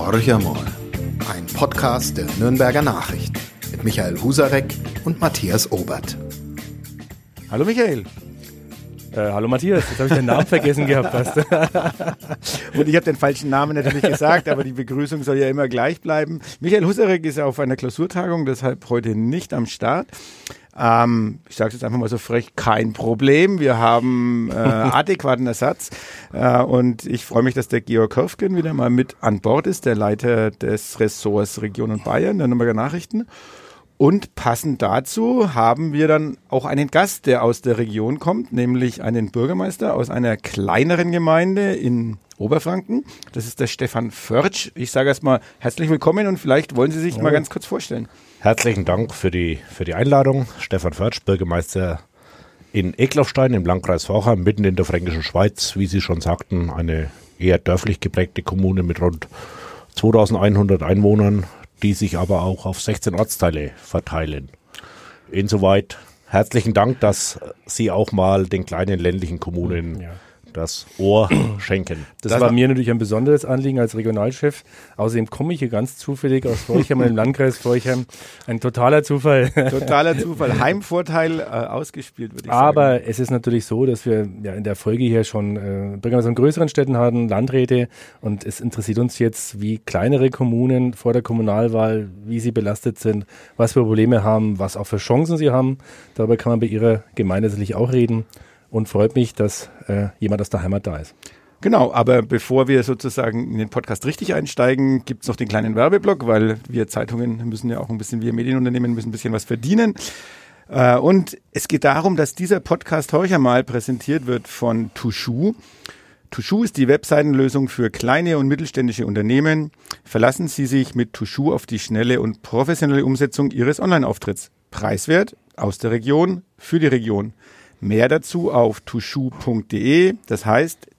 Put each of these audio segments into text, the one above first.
Horcher mal, ein Podcast der Nürnberger Nachrichten mit Michael Husarek und Matthias Obert. Hallo Michael. Hallo Matthias, jetzt habe ich den Namen vergessen gehabt fast. Und ich habe den falschen Namen natürlich gesagt, aber die Begrüßung soll ja immer gleich bleiben. Michael Husarek ist auf einer Klausurtagung, deshalb heute nicht am Start. Ich sage es jetzt einfach mal so frech, kein Problem. Wir haben adäquaten Ersatz und ich freue mich, dass der Georg Höfgen wieder mal mit an Bord ist, der Leiter des Ressorts Region und Bayern, der Nürnberger Nachrichten. Und passend dazu haben wir dann auch einen Gast, der aus der Region kommt, nämlich einen Bürgermeister aus einer kleineren Gemeinde in Oberfranken. Das ist der Stefan Förtsch. Ich sage erstmal herzlich willkommen und vielleicht wollen Sie sich mal ganz kurz vorstellen. Herzlichen Dank für die Einladung. Stefan Förtsch, Bürgermeister in Egloffstein im Landkreis Forchheim, mitten in der Fränkischen Schweiz. Wie Sie schon sagten, eine eher dörflich geprägte Kommune mit rund 2100 Einwohnern, die sich aber auch auf 16 Ortsteile verteilen. Insoweit herzlichen Dank, dass Sie auch mal den kleinen ländlichen Kommunen das Ohr schenken. Das war mir natürlich ein besonderes Anliegen als Regionalchef. Außerdem komme ich hier ganz zufällig aus Forchheim, im Landkreis Forchheim. Ein totaler Zufall. Totaler Zufall. Heimvorteil ausgespielt, würde ich sagen. Aber es ist natürlich so, dass wir ja in der Folge hier schon Bürgermeister in größeren Städten hatten, Landräte. Und es interessiert uns jetzt, wie kleinere Kommunen vor der Kommunalwahl, wie sie belastet sind, was für Probleme haben, was auch für Chancen sie haben. Darüber kann man bei Ihrer Gemeinde sicherlich auch reden. Und freut mich, dass jemand aus der Heimat da ist. Genau, aber bevor wir sozusagen in den Podcast richtig einsteigen, gibt es noch den kleinen Werbeblock, weil wir Zeitungen müssen ja auch ein bisschen, wir Medienunternehmen müssen ein bisschen was verdienen. Und es geht darum, dass dieser Podcast Horcher mal präsentiert wird von Tushu. Tushu ist die Webseitenlösung für kleine und mittelständische Unternehmen. Verlassen Sie sich mit Tushu auf die schnelle und professionelle Umsetzung Ihres Online-Auftritts. Preiswert, aus der Region, für die Region. Mehr dazu auf tushu.de, das heißt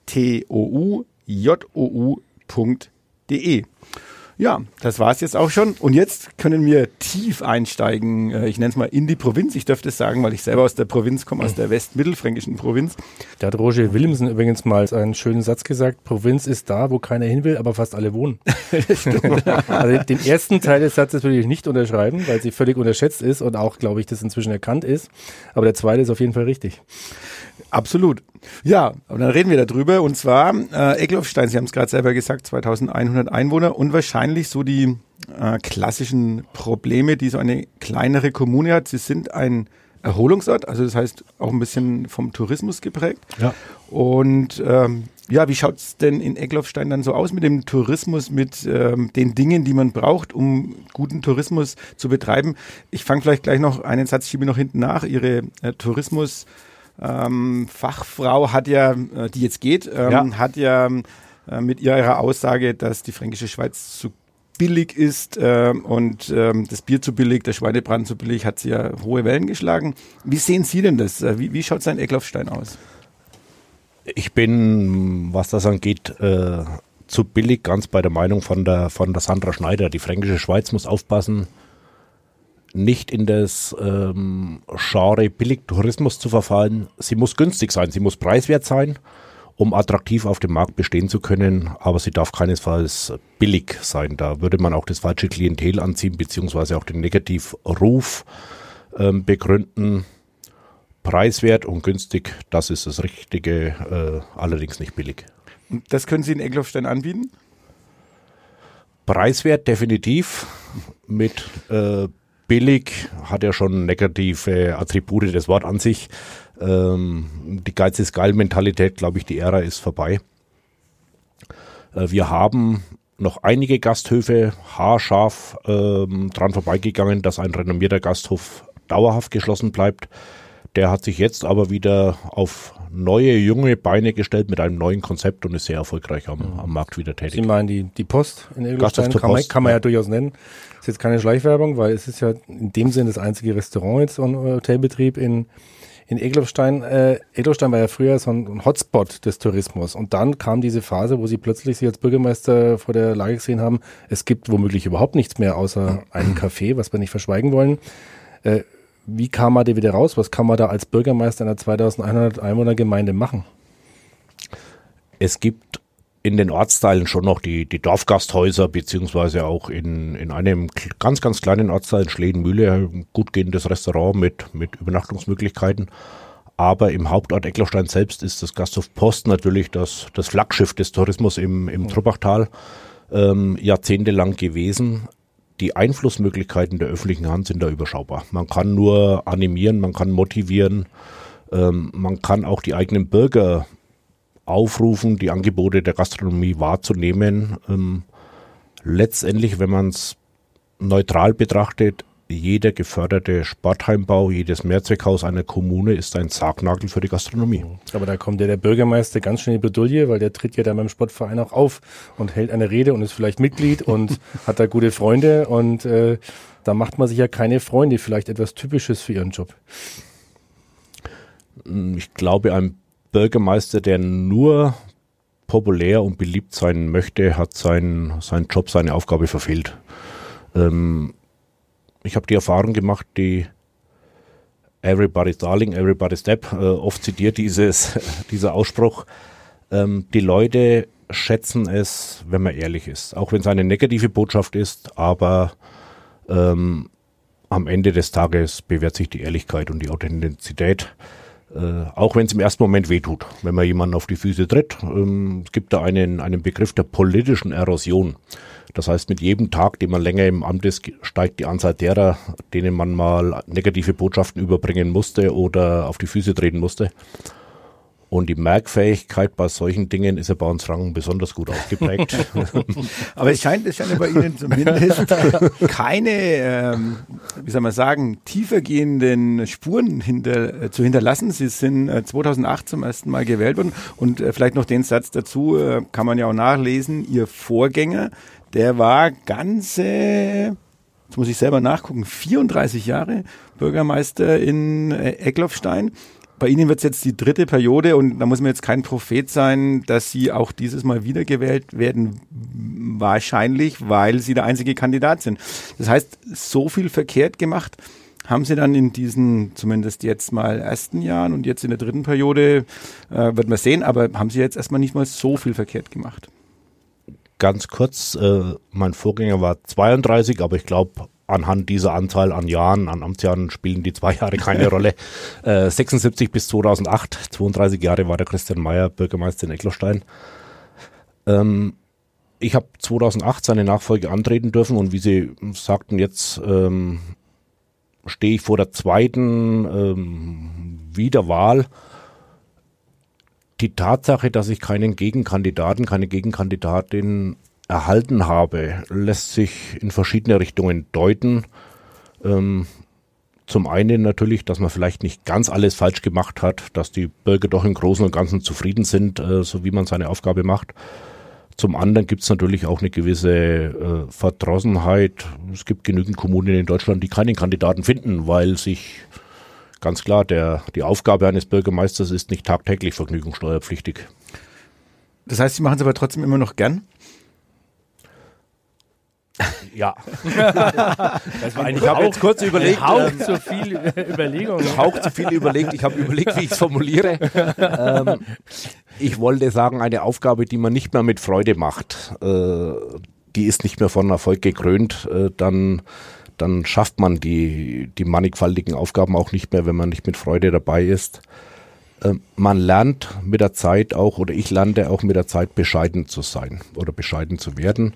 toujou.de. Ja, das war's jetzt auch schon. Und jetzt können wir tief einsteigen, ich nenne es mal in die Provinz. Ich darf das sagen, weil ich selber aus der Provinz komme, aus der westmittelfränkischen Provinz. Da hat Roger Willemsen übrigens mal einen schönen Satz gesagt, Provinz ist da, wo keiner hin will, aber fast alle wohnen. Also den ersten Teil des Satzes würde ich nicht unterschreiben, weil sie völlig unterschätzt ist und auch, glaube ich, das inzwischen erkannt ist. Aber der zweite ist auf jeden Fall richtig. Absolut. Ja, und dann reden wir darüber. Und zwar Egloffstein, Sie haben es gerade selber gesagt, 2100 Einwohner und wahrscheinlich so die klassischen Probleme, die so eine kleinere Kommune hat. Sie sind ein Erholungsort, also das heißt auch ein bisschen vom Tourismus geprägt. Ja. Und wie schaut es denn in Egloffstein dann so aus mit dem Tourismus, mit den Dingen, die man braucht, um guten Tourismus zu betreiben? Ich fange vielleicht gleich noch einen Satz, schiebe noch hinten nach. Ihre Fachfrau hat ja, die jetzt geht, hat ja mit ihrer Aussage, dass die Fränkische Schweiz zu billig ist und das Bier zu billig, der Schweinebraten zu billig, hat sie ja hohe Wellen geschlagen. Wie sehen Sie denn das? Wie schaut sein Egloffstein aus? Ich bin, was das angeht, zu billig, ganz bei der Meinung von der Sandra Schneider. Die Fränkische Schweiz muss aufpassen, nicht in das Genre Billigtourismus zu verfallen. Sie muss günstig sein, sie muss preiswert sein, um attraktiv auf dem Markt bestehen zu können, aber sie darf keinesfalls billig sein. Da würde man auch das falsche Klientel anziehen, beziehungsweise auch den Negativruf begründen. Preiswert und günstig, das ist das Richtige, allerdings nicht billig. Und das können Sie in Egloffstein anbieten? Preiswert definitiv, mit billig hat ja schon negative Attribute, das Wort an sich. Die Geiz-ist-geil-Mentalität, glaube ich, die Ära ist vorbei. Wir haben noch einige Gasthöfe haarscharf dran vorbeigegangen, dass ein renommierter Gasthof dauerhaft geschlossen bleibt. Der hat sich jetzt aber wieder auf neue, junge Beine gestellt mit einem neuen Konzept und ist sehr erfolgreich am Markt wieder tätig. Sie meinen die Post in Egloffstein, kann man ja durchaus nennen. Ist jetzt keine Schleichwerbung, weil es ist ja in dem Sinn das einzige Restaurant jetzt und Hotelbetrieb in Egloffstein. Egloffstein war ja früher so ein Hotspot des Tourismus und dann kam diese Phase, wo Sie plötzlich sich als Bürgermeister vor der Lage gesehen haben, es gibt womöglich überhaupt nichts mehr außer einen Café, was wir nicht verschweigen wollen. Wie kam man da wieder raus? Was kann man da als Bürgermeister einer 2100 Einwohner Gemeinde machen? Es gibt in den Ortsteilen schon noch die Dorfgasthäuser, beziehungsweise auch in einem ganz, ganz kleinen Ortsteil, Schlehenmühle, ein gut gehendes Restaurant mit Übernachtungsmöglichkeiten. Aber im Hauptort Egloffstein selbst ist das Gasthof Post natürlich das Flaggschiff des Tourismus im Truppachtal jahrzehntelang gewesen. Die Einflussmöglichkeiten der öffentlichen Hand sind da überschaubar. Man kann nur animieren, man kann motivieren, man kann auch die eigenen Bürger aufrufen, die Angebote der Gastronomie wahrzunehmen. Letztendlich, wenn man es neutral betrachtet, jeder geförderte Sportheimbau, jedes Mehrzweckhaus einer Kommune ist ein Sargnagel für die Gastronomie. Aber da kommt der Bürgermeister ganz schnell in die Bredouille, weil der tritt ja dann beim Sportverein auch auf und hält eine Rede und ist vielleicht Mitglied und hat da gute Freunde und da macht man sich ja keine Freunde, vielleicht etwas Typisches für ihren Job. Ich glaube, ein Bürgermeister, der nur populär und beliebt sein möchte, hat seinen Job, seine Aufgabe verfehlt. Ich habe die Erfahrung gemacht, die Everybody's Darling, Everybody's Step, oft zitiert dieser Ausspruch. Die Leute schätzen es, wenn man ehrlich ist, auch wenn es eine negative Botschaft ist, aber am Ende des Tages bewährt sich die Ehrlichkeit und die Authentizität. Auch wenn es im ersten Moment wehtut, wenn man jemanden auf die Füße tritt. Es gibt da einen Begriff der politischen Erosion. Das heißt, mit jedem Tag, den man länger im Amt ist, steigt die Anzahl derer, denen man mal negative Botschaften überbringen musste oder auf die Füße treten musste. Und die Merkfähigkeit bei solchen Dingen ist ja bei uns Franken besonders gut ausgeprägt. Aber es scheint bei Ihnen zumindest keine, tiefergehenden Spuren zu hinterlassen. Sie sind 2008 zum ersten Mal gewählt worden. Und vielleicht noch den Satz dazu, kann man ja auch nachlesen, Ihr Vorgänger, der war jetzt muss ich selber nachgucken, 34 Jahre Bürgermeister in Egloffstein. Bei Ihnen wird es jetzt die 3. Periode und da muss man jetzt kein Prophet sein, dass Sie auch dieses Mal wiedergewählt werden, wahrscheinlich, weil Sie der einzige Kandidat sind. Das heißt, so viel verkehrt gemacht haben Sie dann in diesen, zumindest jetzt mal ersten Jahren und jetzt in der 3. Periode, wird man sehen, aber haben Sie jetzt erstmal nicht mal so viel verkehrt gemacht? Ganz kurz, mein Vorgänger war 32, aber ich glaube, anhand dieser Anzahl an Jahren, an Amtsjahren spielen die 2 Jahre keine Rolle. 76 bis 2008, 32 Jahre war der Christian Mayer Bürgermeister in Egloffstein. Ich habe 2008 seine Nachfolge antreten dürfen und wie Sie sagten, jetzt stehe ich vor der 2. Wiederwahl. Die Tatsache, dass ich keinen Gegenkandidaten, keine Gegenkandidatin erhalten habe, lässt sich in verschiedene Richtungen deuten. Zum einen natürlich, dass man vielleicht nicht ganz alles falsch gemacht hat, dass die Bürger doch im Großen und Ganzen zufrieden sind, so wie man seine Aufgabe macht. Zum anderen gibt es natürlich auch eine gewisse Verdrossenheit. Es gibt genügend Kommunen in Deutschland, die keinen Kandidaten finden, weil sich ganz klar, die Aufgabe eines Bürgermeisters ist nicht tagtäglich vergnügungssteuerpflichtig. Das heißt, Sie machen es aber trotzdem immer noch gern? Ja. Das war ich habe jetzt kurz überlegt. Hauch zu viel Überlegung. Hauch zu viel überlegt. Ich habe überlegt, wie ich es formuliere. Ich wollte sagen, eine Aufgabe, die man nicht mehr mit Freude macht, die ist nicht mehr von Erfolg gekrönt, dann schafft man die mannigfaltigen Aufgaben auch nicht mehr, wenn man nicht mit Freude dabei ist. Man lernt mit der Zeit auch, oder ich lernte auch mit der Zeit bescheiden zu sein oder bescheiden zu werden.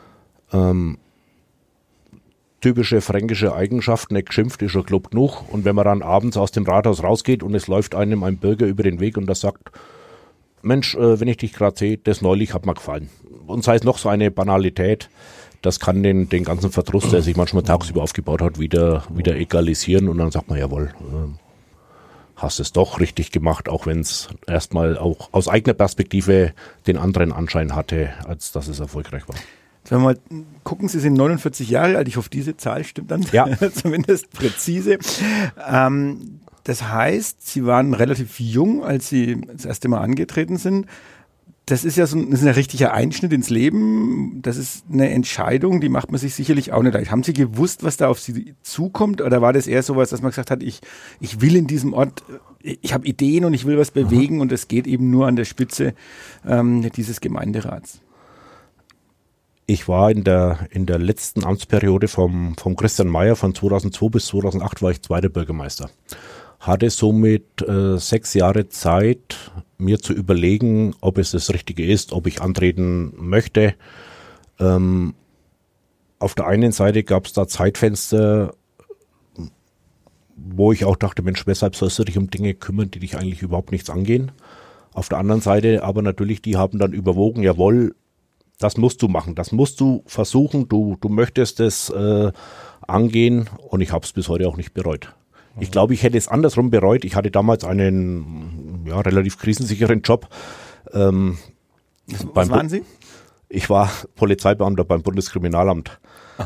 Typische fränkische Eigenschaften, nicht geschimpft ist schon Club genug. Und wenn man dann abends aus dem Rathaus rausgeht und es läuft einem ein Bürger über den Weg und der sagt, Mensch, wenn ich dich gerade sehe, das neulich hat mir gefallen. Und sei es noch so eine Banalität, das kann den ganzen Verdruss, der sich manchmal tagsüber aufgebaut hat, wieder egalisieren und dann sagt man, jawohl, hast es doch richtig gemacht, auch wenn es erstmal auch aus eigener Perspektive den anderen Anschein hatte, als dass es erfolgreich war. Wenn wir mal gucken, Sie sind 49 Jahre alt, ich hoffe, diese Zahl stimmt dann ja. Zumindest präzise. Das heißt, Sie waren relativ jung, als Sie das erste Mal angetreten sind. das ist ja das ist ein richtiger Einschnitt ins Leben. Das ist eine Entscheidung, die macht man sich sicherlich auch nicht leicht. Haben Sie gewusst, was da auf Sie zukommt? Oder war das eher sowas, dass man gesagt hat, ich will in diesem Ort, ich habe Ideen und ich will was bewegen und es geht eben nur an der Spitze dieses Gemeinderats? Ich war in der letzten Amtsperiode vom Christian Mayer von 2002 bis 2008 war ich zweiter Bürgermeister. Hatte somit 6 Jahre Zeit, mir zu überlegen, ob es das Richtige ist, ob ich antreten möchte. Auf der einen Seite gab es da Zeitfenster, wo ich auch dachte, Mensch, weshalb sollst du dich um Dinge kümmern, die dich eigentlich überhaupt nichts angehen? Auf der anderen Seite aber natürlich, die haben dann überwogen, jawohl, das musst du machen, das musst du versuchen, du möchtest es angehen und ich habe es bis heute auch nicht bereut. Ich glaube, ich hätte es andersrum bereut. Ich hatte damals einen relativ krisensicheren Job. Was waren Sie? Ich war Polizeibeamter beim Bundeskriminalamt.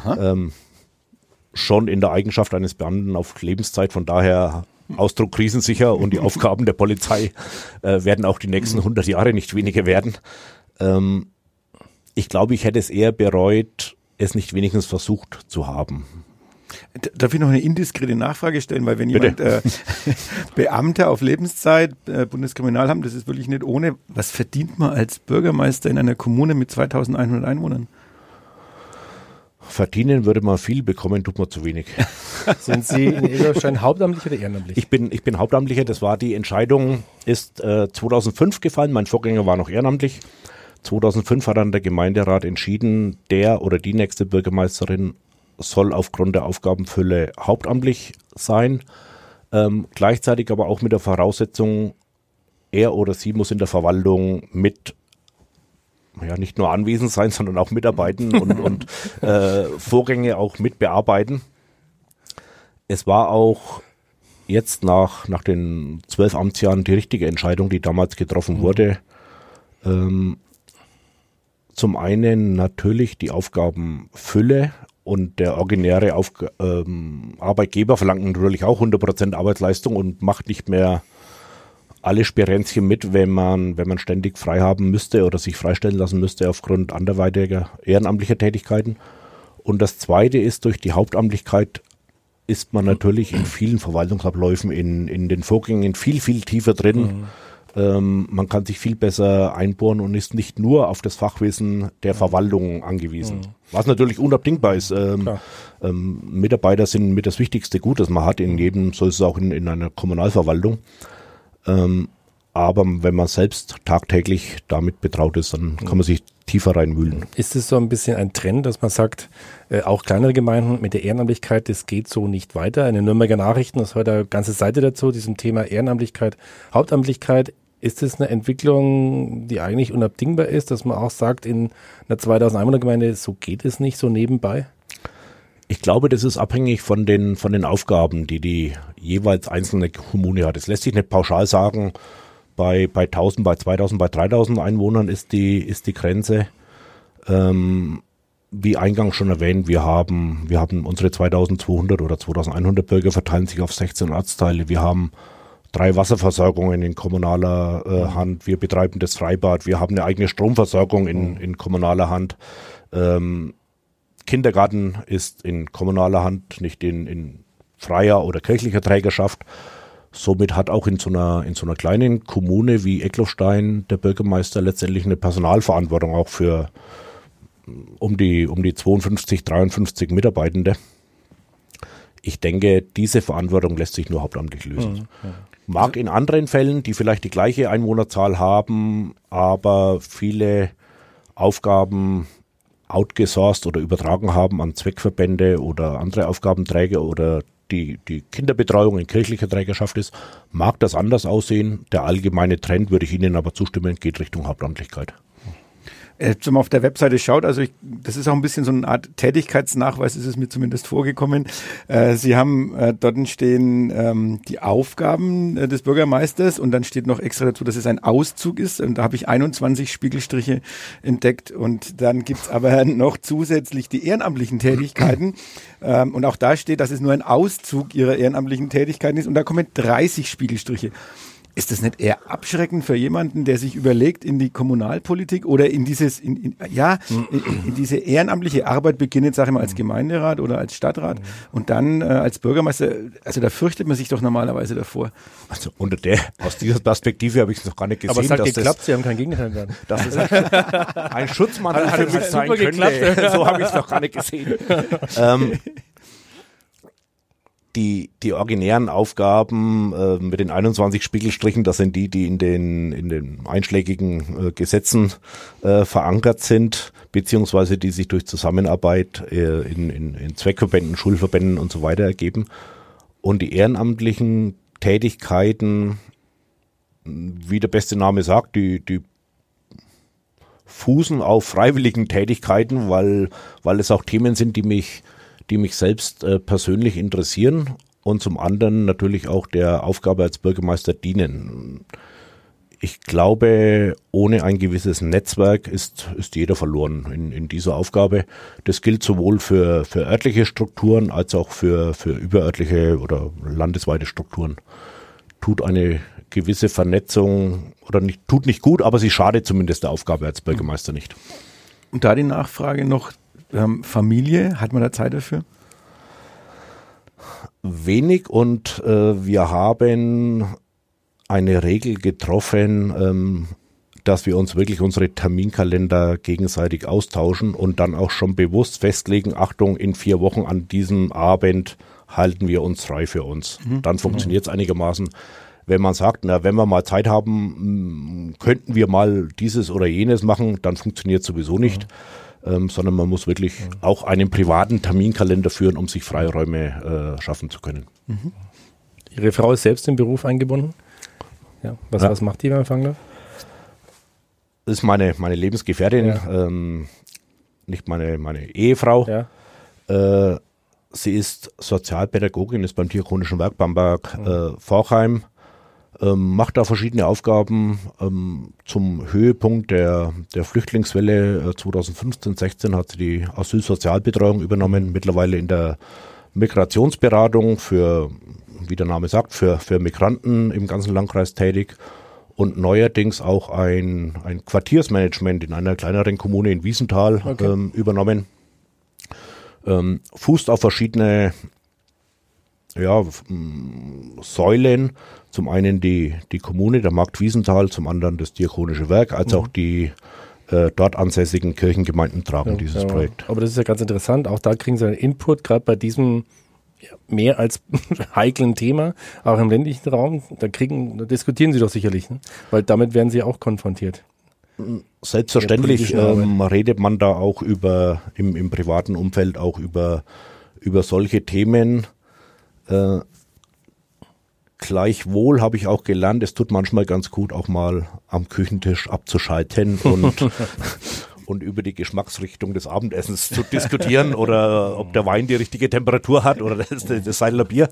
Schon in der Eigenschaft eines Beamten auf Lebenszeit, von daher Ausdruck krisensicher und die Aufgaben der Polizei werden auch die nächsten 100 Jahre nicht weniger werden. Ich glaube, ich hätte es eher bereut, es nicht wenigstens versucht zu haben. Darf ich noch eine indiskrete Nachfrage stellen? Weil wenn jemand Beamter auf Lebenszeit, Bundeskriminalamt, das ist wirklich nicht ohne. Was verdient man als Bürgermeister in einer Kommune mit 2100 Einwohnern? Verdienen würde man viel, bekommen tut man zu wenig. Sind Sie in Egelstein hauptamtlich oder ehrenamtlich? Ich bin Hauptamtlicher. Das war die Entscheidung, ist 2005 gefallen. Mein Vorgänger war noch ehrenamtlich. 2005 hat dann der Gemeinderat entschieden, der oder die nächste Bürgermeisterin soll aufgrund der Aufgabenfülle hauptamtlich sein. Gleichzeitig aber auch mit der Voraussetzung, er oder sie muss in der Verwaltung nicht nur anwesend sein, sondern auch mitarbeiten und Vorgänge auch mit bearbeiten. Es war auch jetzt nach den 12 Amtsjahren die richtige Entscheidung, die damals getroffen wurde. Zum einen natürlich die Aufgabenfülle und der originäre Arbeitgeber verlangt natürlich auch 100% Arbeitsleistung und macht nicht mehr alle Spirenzchen mit, wenn man ständig frei haben müsste oder sich freistellen lassen müsste aufgrund anderweitiger ehrenamtlicher Tätigkeiten. Und das Zweite ist, durch die Hauptamtlichkeit ist man natürlich in vielen Verwaltungsabläufen, in den Vorgängen viel, viel tiefer drin. Man kann sich viel besser einbohren und ist nicht nur auf das Fachwissen der Verwaltung angewiesen. Was natürlich unabdingbar ist. Mitarbeiter sind mit das wichtigste Gut, das man hat. In jedem, so ist es auch in einer Kommunalverwaltung. Aber wenn man selbst tagtäglich damit betraut ist, dann kann man sich tiefer reinwühlen. Ist es so ein bisschen ein Trend, dass man sagt, auch kleinere Gemeinden mit der Ehrenamtlichkeit, das geht so nicht weiter? In den Nürnberger Nachrichten ist heute eine ganze Seite dazu, diesem Thema Ehrenamtlichkeit, Hauptamtlichkeit. Ist es eine Entwicklung, die eigentlich unabdingbar ist, dass man auch sagt, in einer 2000 Einwohnergemeinde, so geht es nicht, so nebenbei? Ich glaube, das ist abhängig von den Aufgaben, die jeweils einzelne Kommune hat. Es lässt sich nicht pauschal sagen, bei 1000, bei 2000, bei 3000 Einwohnern ist die Grenze. Wie eingangs schon erwähnt, wir haben unsere 2200 oder 2100 Bürger verteilen sich auf 16 Ortsteile. Wir haben 3 Wasserversorgungen in kommunaler Hand. Wir betreiben das Freibad. Wir haben eine eigene Stromversorgung in kommunaler Hand. Kindergarten ist in kommunaler Hand, nicht in freier oder kirchlicher Trägerschaft. Somit hat auch in so einer kleinen Kommune wie Eglowstein der Bürgermeister letztendlich eine Personalverantwortung auch für um die 52, 53 Mitarbeitende. Ich denke, diese Verantwortung lässt sich nur hauptamtlich lösen. Mag in anderen Fällen, die vielleicht die gleiche Einwohnerzahl haben, aber viele Aufgaben outgesourced oder übertragen haben an Zweckverbände oder andere Aufgabenträger oder die Kinderbetreuung in kirchlicher Trägerschaft ist, mag das anders aussehen. Der allgemeine Trend, würde ich Ihnen aber zustimmen, geht Richtung Hauptamtlichkeit. Wenn man auf der Webseite schaut, also das ist auch ein bisschen so eine Art Tätigkeitsnachweis, ist es mir zumindest vorgekommen. Sie haben dort stehen die Aufgaben des Bürgermeisters und dann steht noch extra dazu, dass es ein Auszug ist. Und da habe ich 21 Spiegelstriche entdeckt und dann gibt's aber noch zusätzlich die ehrenamtlichen Tätigkeiten. Und auch da steht, dass es nur ein Auszug Ihrer ehrenamtlichen Tätigkeiten ist und da kommen 30 Spiegelstriche. Ist das nicht eher abschreckend für jemanden, der sich überlegt, in die Kommunalpolitik oder in diese ehrenamtliche Arbeit beginnt, sage ich mal, als Gemeinderat oder als Stadtrat und dann als Bürgermeister, also da fürchtet man sich doch normalerweise davor. Also aus dieser Perspektive habe ich es noch gar nicht gesehen. Aber es hat geklappt, Sie haben kein Gegenteil werden. Das ist ein Schutzmantel für mich sein könnte. So habe ich es noch gar nicht gesehen. Die originären Aufgaben mit den 21 Spiegelstrichen, das sind die in den einschlägigen Gesetzen verankert sind, beziehungsweise die sich durch Zusammenarbeit in Zweckverbänden, Schulverbänden und so weiter ergeben. Und die ehrenamtlichen Tätigkeiten, wie der beste Name sagt, die fußen auf freiwilligen Tätigkeiten, weil es auch Themen sind, die mich selbst persönlich interessieren und zum anderen natürlich auch der Aufgabe als Bürgermeister dienen. Ich glaube, ohne ein gewisses Netzwerk ist jeder verloren in dieser Aufgabe. Das gilt sowohl für örtliche Strukturen als auch für überörtliche oder landesweite Strukturen. Tut eine gewisse Vernetzung tut nicht gut, aber sie schadet zumindest der Aufgabe als Bürgermeister nicht. Und da die Nachfrage noch, Familie, hat man da Zeit dafür? Wenig und wir haben eine Regel getroffen, dass wir uns wirklich unsere Terminkalender gegenseitig austauschen und dann auch schon bewusst festlegen, Achtung, in 4 Wochen an diesem Abend halten wir uns frei für uns. Dann funktioniert es einigermaßen. Wenn man sagt, wenn wir mal Zeit haben, könnten wir mal dieses oder jenes machen, dann funktioniert es sowieso nicht. Sondern man muss wirklich auch einen privaten Terminkalender führen, um sich Freiräume schaffen zu können. Ihre Frau ist selbst im Beruf eingebunden? Ja. Was macht die, wenn man fragen darf? Das ist meine Lebensgefährtin, nicht meine Ehefrau. Ja. Sie ist Sozialpädagogin, ist beim Diakonischen Werk Bamberg-Forchheim. Macht da verschiedene Aufgaben. Zum Höhepunkt der Flüchtlingswelle 2015/16 hat sie die Asylsozialbetreuung übernommen, mittlerweile in der Migrationsberatung für, wie der Name sagt, für Migranten im ganzen Landkreis tätig und neuerdings auch ein Quartiersmanagement in einer kleineren Kommune in Wiesenthal übernommen. Fußt auf verschiedene Säulen, zum einen die Kommune, der Markt Wiesenthal, zum anderen das Diakonische Werk, als auch die dort ansässigen Kirchengemeinden tragen dieses Projekt. Aber das ist ja ganz interessant, auch da kriegen Sie einen Input, gerade bei diesem mehr als heiklen Thema, auch im ländlichen Raum, da diskutieren Sie doch sicherlich, ne? Weil damit werden Sie auch konfrontiert. Selbstverständlich redet man da auch im privaten Umfeld auch über solche Themen. Gleichwohl habe ich auch gelernt, es tut manchmal ganz gut, auch mal am Küchentisch abzuschalten und über die Geschmacksrichtung des Abendessens zu diskutieren oder ob der Wein die richtige Temperatur hat oder das Seidler Bier.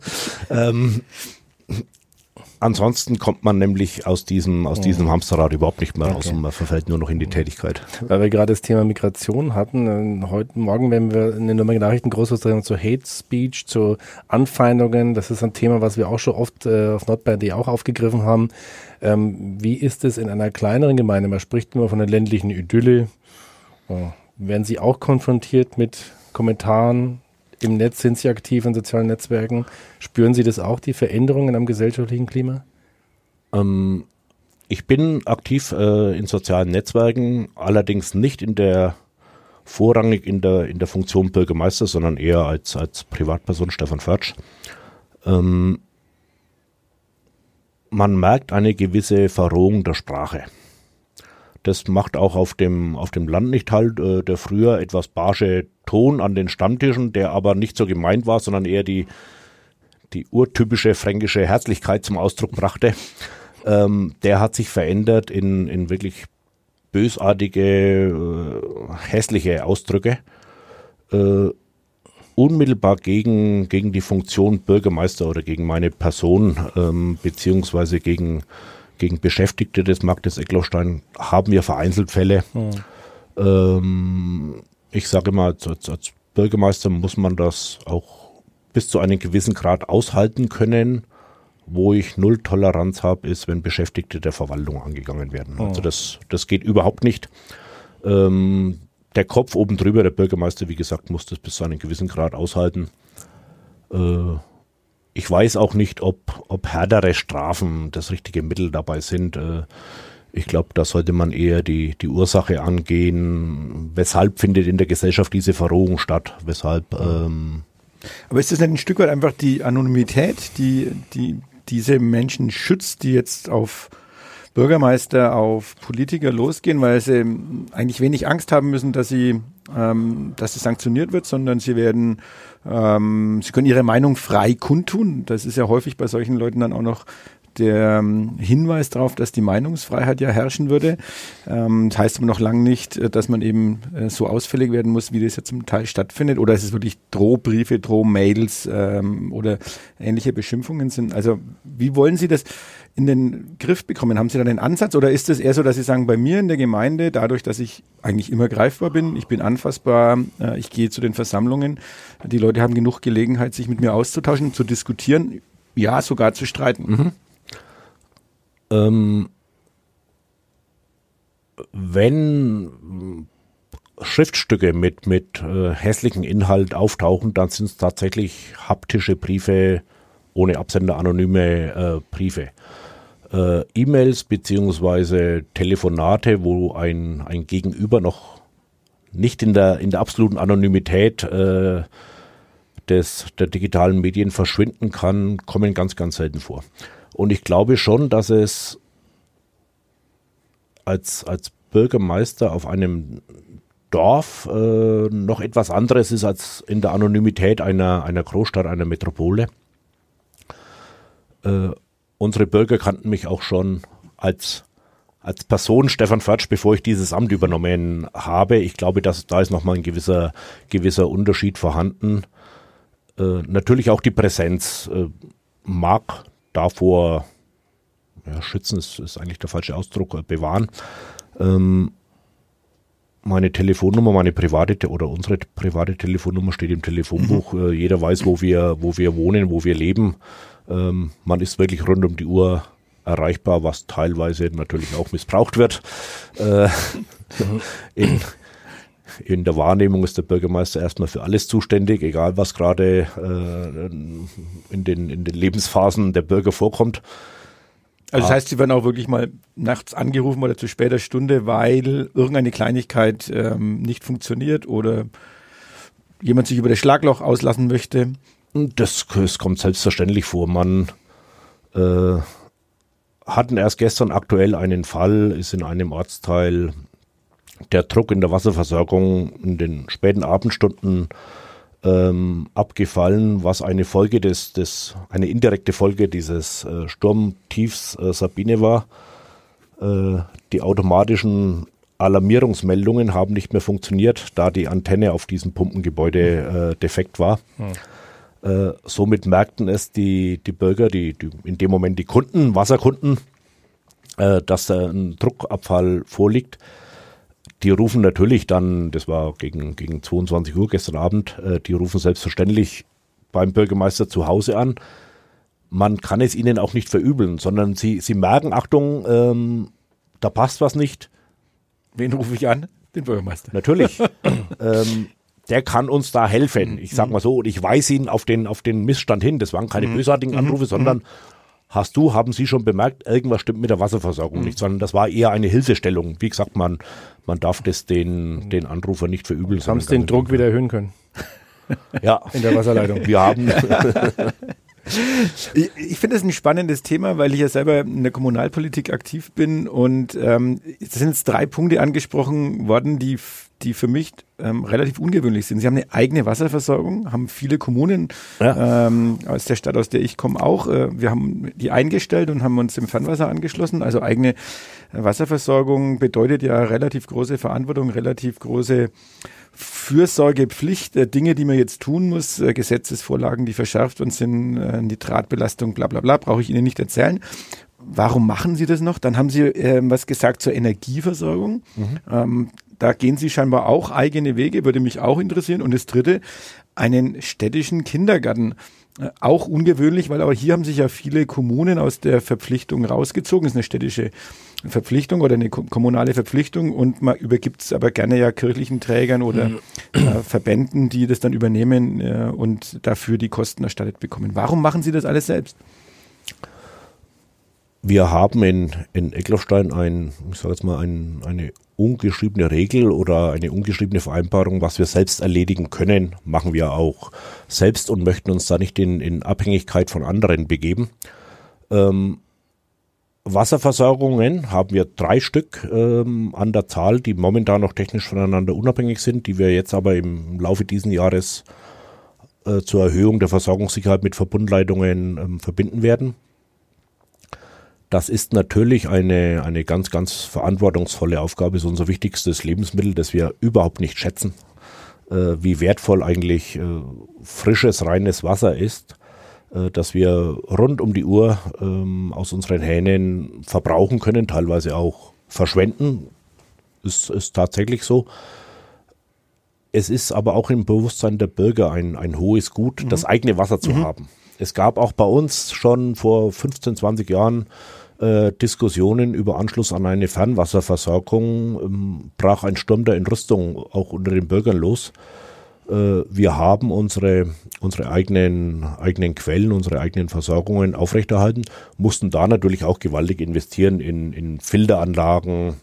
Ansonsten kommt man nämlich aus diesem Hamsterrad überhaupt nicht mehr raus und man verfällt nur noch in die Tätigkeit. Weil wir gerade das Thema Migration hatten, heute Morgen werden wir in den Nürnberger Nachrichten groß was drin zu Hate Speech, zu Anfeindungen. Das ist ein Thema, was wir auch schon oft auf nordbayern.de auch aufgegriffen haben. Wie ist es in einer kleineren Gemeinde? Man spricht immer von der ländlichen Idylle. Werden Sie auch konfrontiert mit Kommentaren? Im Netz sind Sie aktiv in sozialen Netzwerken. Spüren Sie das auch, die Veränderungen am gesellschaftlichen Klima? Ich bin aktiv in sozialen Netzwerken, allerdings nicht vorrangig in der Funktion Bürgermeister, sondern eher als Privatperson Stefan Förtsch. Man merkt eine gewisse Verrohung der Sprache. Das macht auch auf dem Land nicht halt. Der früher etwas barsche Ton an den Stammtischen, der aber nicht so gemeint war, sondern eher die urtypische fränkische Herzlichkeit zum Ausdruck brachte, der hat sich verändert in wirklich bösartige, hässliche Ausdrücke. Unmittelbar gegen die Funktion Bürgermeister oder gegen meine Person, beziehungsweise gegen Beschäftigte des Marktes Egloffstein haben wir vereinzelt Fälle. Ich sage immer, als Bürgermeister muss man das auch bis zu einem gewissen Grad aushalten können, wo ich null Toleranz habe, ist, wenn Beschäftigte der Verwaltung angegangen werden. Also das geht überhaupt nicht. Der Kopf oben drüber, der Bürgermeister, wie gesagt, muss das bis zu einem gewissen Grad aushalten. Ich weiß auch nicht, ob härtere Strafen das richtige Mittel dabei sind. Ich glaube, da sollte man eher die Ursache angehen. Weshalb findet in der Gesellschaft diese Verrohung statt? Weshalb? Aber ist das nicht ein Stück weit einfach die Anonymität, die diese Menschen schützt, die jetzt auf Bürgermeister, auf Politiker losgehen, weil sie eigentlich wenig Angst haben müssen, dass es sanktioniert wird, sondern sie können ihre Meinung frei kundtun. Das ist ja häufig bei solchen Leuten dann auch noch der Hinweis darauf, dass die Meinungsfreiheit ja herrschen würde. Das heißt aber noch lange nicht, dass man eben so ausfällig werden muss, wie das ja zum Teil stattfindet. Oder es ist wirklich Drohbriefe, Drohmails oder ähnliche Beschimpfungen sind. Also wie wollen Sie das in den Griff bekommen? Haben Sie da den Ansatz oder ist es eher so, dass Sie sagen, bei mir in der Gemeinde, dadurch, dass ich eigentlich immer greifbar bin, ich bin anfassbar, ich gehe zu den Versammlungen, die Leute haben genug Gelegenheit, sich mit mir auszutauschen, zu diskutieren, ja, sogar zu streiten. Wenn Schriftstücke mit hässlichem Inhalt auftauchen, dann sind es tatsächlich haptische Briefe ohne Absender, anonyme Briefe. E-Mails beziehungsweise Telefonate, wo ein Gegenüber noch nicht in der absoluten Anonymität der digitalen Medien verschwinden kann, kommen ganz, ganz selten vor. Und ich glaube schon, dass es als Bürgermeister auf einem Dorf noch etwas anderes ist als in der Anonymität einer Großstadt, einer Metropole. Unsere Bürger kannten mich auch schon als Person, Stefan Förtsch, bevor ich dieses Amt übernommen habe. Ich glaube, da ist nochmal ein gewisser Unterschied vorhanden. Natürlich auch die Präsenz mag davor, schützen ist eigentlich der falsche Ausdruck, bewahren. Meine Telefonnummer, unsere private Telefonnummer steht im Telefonbuch. Jeder weiß, wo wir wohnen, wo wir leben. Man ist wirklich rund um die Uhr erreichbar, was teilweise natürlich auch missbraucht wird. In der Wahrnehmung ist der Bürgermeister erstmal für alles zuständig, egal was gerade in den Lebensphasen der Bürger vorkommt. Also das heißt, Sie werden auch wirklich mal nachts angerufen oder zu später Stunde, weil irgendeine Kleinigkeit nicht funktioniert oder jemand sich über das Schlagloch auslassen möchte? Das kommt selbstverständlich vor. Man hatten erst gestern aktuell einen Fall, ist in einem Ortsteil der Druck in der Wasserversorgung in den späten Abendstunden abgefallen, was eine indirekte Folge dieses Sturmtiefs Sabine war. Die automatischen Alarmierungsmeldungen haben nicht mehr funktioniert, da die Antenne auf diesem Pumpengebäude defekt war. Somit merkten es die Bürger, die in dem Moment die Kunden, Wasserkunden, dass da ein Druckabfall vorliegt. Die rufen natürlich dann, das war gegen 22 Uhr gestern Abend, die rufen selbstverständlich beim Bürgermeister zu Hause an. Man kann es ihnen auch nicht verübeln, sondern sie merken, Achtung, da passt was nicht. Wen rufe ich an? Den Bürgermeister. Natürlich. Der kann uns da helfen. Ich sag mal so, und ich weise ihn auf den Missstand hin. Das waren keine bösartigen Anrufe, sondern haben Sie schon bemerkt, irgendwas stimmt mit der Wasserversorgung nicht, sondern das war eher eine Hilfestellung. Wie gesagt, man darf das den Anrufer nicht verübeln. Haben Sie den Druck wieder erhöhen können? Ja. In der Wasserleitung. Wir haben... Ich finde es ein spannendes Thema, weil ich ja selber in der Kommunalpolitik aktiv bin und es sind jetzt 3 Punkte angesprochen worden, die für mich relativ ungewöhnlich sind. Sie haben eine eigene Wasserversorgung, haben viele Kommunen aus der Stadt, aus der ich komme, auch. Wir haben die eingestellt und haben uns dem Fernwasser angeschlossen. Also eigene Wasserversorgung bedeutet ja relativ große Verantwortung, relativ große Fürsorgepflicht, Dinge, die man jetzt tun muss, Gesetzesvorlagen, die verschärft und sind, Nitratbelastung, bla bla bla, brauche ich Ihnen nicht erzählen. Warum machen Sie das noch? Dann haben Sie was gesagt zur Energieversorgung. Da gehen Sie scheinbar auch eigene Wege, würde mich auch interessieren. Und das Dritte, einen städtischen Kindergarten. Auch ungewöhnlich, weil auch hier haben sich ja viele Kommunen aus der Verpflichtung rausgezogen. Das ist eine städtische Verpflichtung oder eine kommunale Verpflichtung und man übergibt es aber gerne ja kirchlichen Trägern oder Verbänden, die das dann übernehmen und dafür die Kosten erstattet bekommen. Warum machen Sie das alles selbst? Wir haben in Egloffstein eine ungeschriebene Regel oder eine ungeschriebene Vereinbarung, was wir selbst erledigen können, machen wir auch selbst und möchten uns da nicht in Abhängigkeit von anderen begeben. Wasserversorgungen haben wir 3 Stück an der Zahl, die momentan noch technisch voneinander unabhängig sind, die wir jetzt aber im Laufe dieses Jahres zur Erhöhung der Versorgungssicherheit mit Verbundleitungen verbinden werden. Das ist natürlich eine ganz, ganz verantwortungsvolle Aufgabe. Es ist unser wichtigstes Lebensmittel, das wir überhaupt nicht schätzen, wie wertvoll eigentlich frisches, reines Wasser ist, das wir rund um die Uhr aus unseren Hähnen verbrauchen können, teilweise auch verschwenden. Ist tatsächlich so. Es ist aber auch im Bewusstsein der Bürger ein hohes Gut, das eigene Wasser zu haben. Es gab auch bei uns schon vor 15, 20 Jahren Diskussionen über Anschluss an eine Fernwasserversorgung, brach ein Sturm der Entrüstung auch unter den Bürgern los. Wir haben unsere eigenen Quellen, unsere eigenen Versorgungen aufrechterhalten, mussten da natürlich auch gewaltig investieren in Filteranlagen.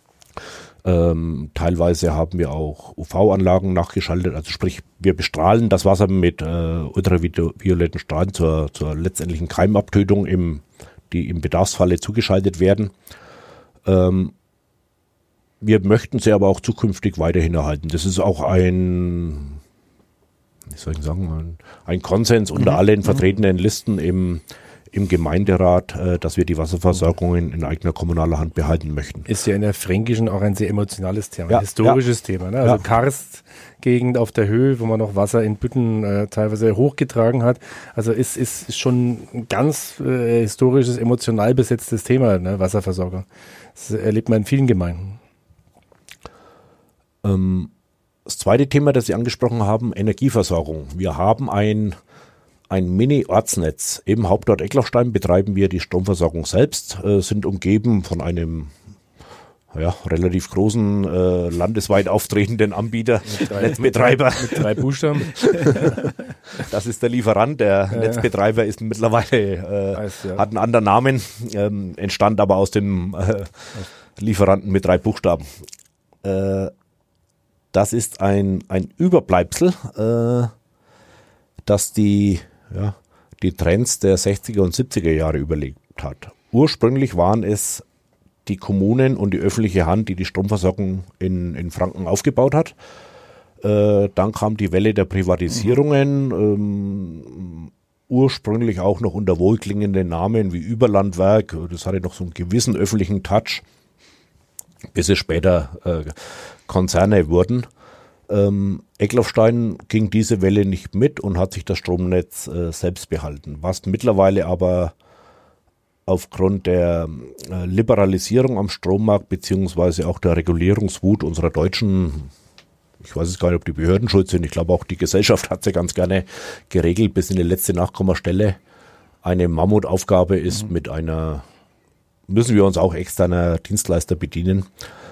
Teilweise haben wir auch UV-Anlagen nachgeschaltet, also sprich, wir bestrahlen das Wasser mit ultravioletten Strahlen zur letztendlichen Keimabtötung, die im Bedarfsfalle zugeschaltet werden. Wir möchten sie aber auch zukünftig weiterhin erhalten. Das ist auch ein Konsens unter allen vertretenen Listen im Gemeinderat, dass wir die Wasserversorgungen in eigener kommunaler Hand behalten möchten. Ist ja in der Fränkischen auch ein sehr emotionales Thema, ein historisches Thema. Ne? Also Karstgegend auf der Höhe, wo man noch Wasser in Bütten teilweise hochgetragen hat. Also ist schon ein ganz historisches, emotional besetztes Thema, ne? Wasserversorgung. Das erlebt man in vielen Gemeinden. Das zweite Thema, das Sie angesprochen haben, Energieversorgung. Wir haben ein Mini-Ortsnetz. Im Hauptort Egloffstein betreiben wir die Stromversorgung selbst, sind umgeben von einem relativ großen, landesweit auftretenden Anbieter, Netzbetreiber. Mit 3 Buchstaben. Das ist der Lieferant. Der Netzbetreiber ist mittlerweile, hat einen anderen Namen, entstand aber aus dem Lieferanten mit 3 Buchstaben. Das ist ein Überbleibsel, das die Trends der 60er und 70er Jahre überlebt hat. Ursprünglich waren es die Kommunen und die öffentliche Hand, die Stromversorgung in Franken aufgebaut hat. Dann kam die Welle der Privatisierungen, ursprünglich auch noch unter wohlklingenden Namen wie Überlandwerk. Das hatte noch so einen gewissen öffentlichen Touch, bis es später Konzerne wurden. Egloffstein ging diese Welle nicht mit und hat sich das Stromnetz selbst behalten. Was mittlerweile aber aufgrund der Liberalisierung am Strommarkt beziehungsweise auch der Regulierungswut unserer Deutschen, ich weiß es gar nicht, ob die Behörden schuld sind, ich glaube auch die Gesellschaft hat sie ganz gerne geregelt, bis in die letzte Nachkommastelle eine Mammutaufgabe ist müssen wir uns auch externer Dienstleister bedienen.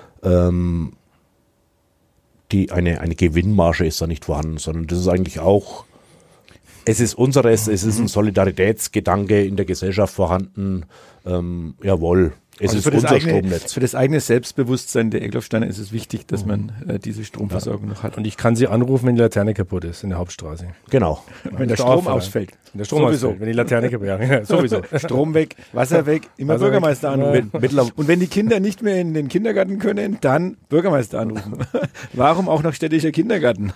Eine Gewinnmarge ist da nicht vorhanden, sondern das ist eigentlich auch, es ist unseres, es ist ein Solidaritätsgedanke in der Gesellschaft vorhanden, jawohl, es ist unser Stromnetz. Für das eigene Selbstbewusstsein der Egloffsteiner ist es wichtig, dass man diese Stromversorgung noch hat. Und ich kann Sie anrufen, wenn die Laterne kaputt ist in der Hauptstraße. Genau. Wenn der Strom ausfällt. Wenn der Strom ausfällt, wenn die Laterne kaputt ist. Ja, sowieso. Strom weg, Wasser weg, immer Wasser Bürgermeister anrufen. Und wenn die Kinder nicht mehr in den Kindergarten können, dann Bürgermeister anrufen. Warum auch noch städtischer Kindergarten?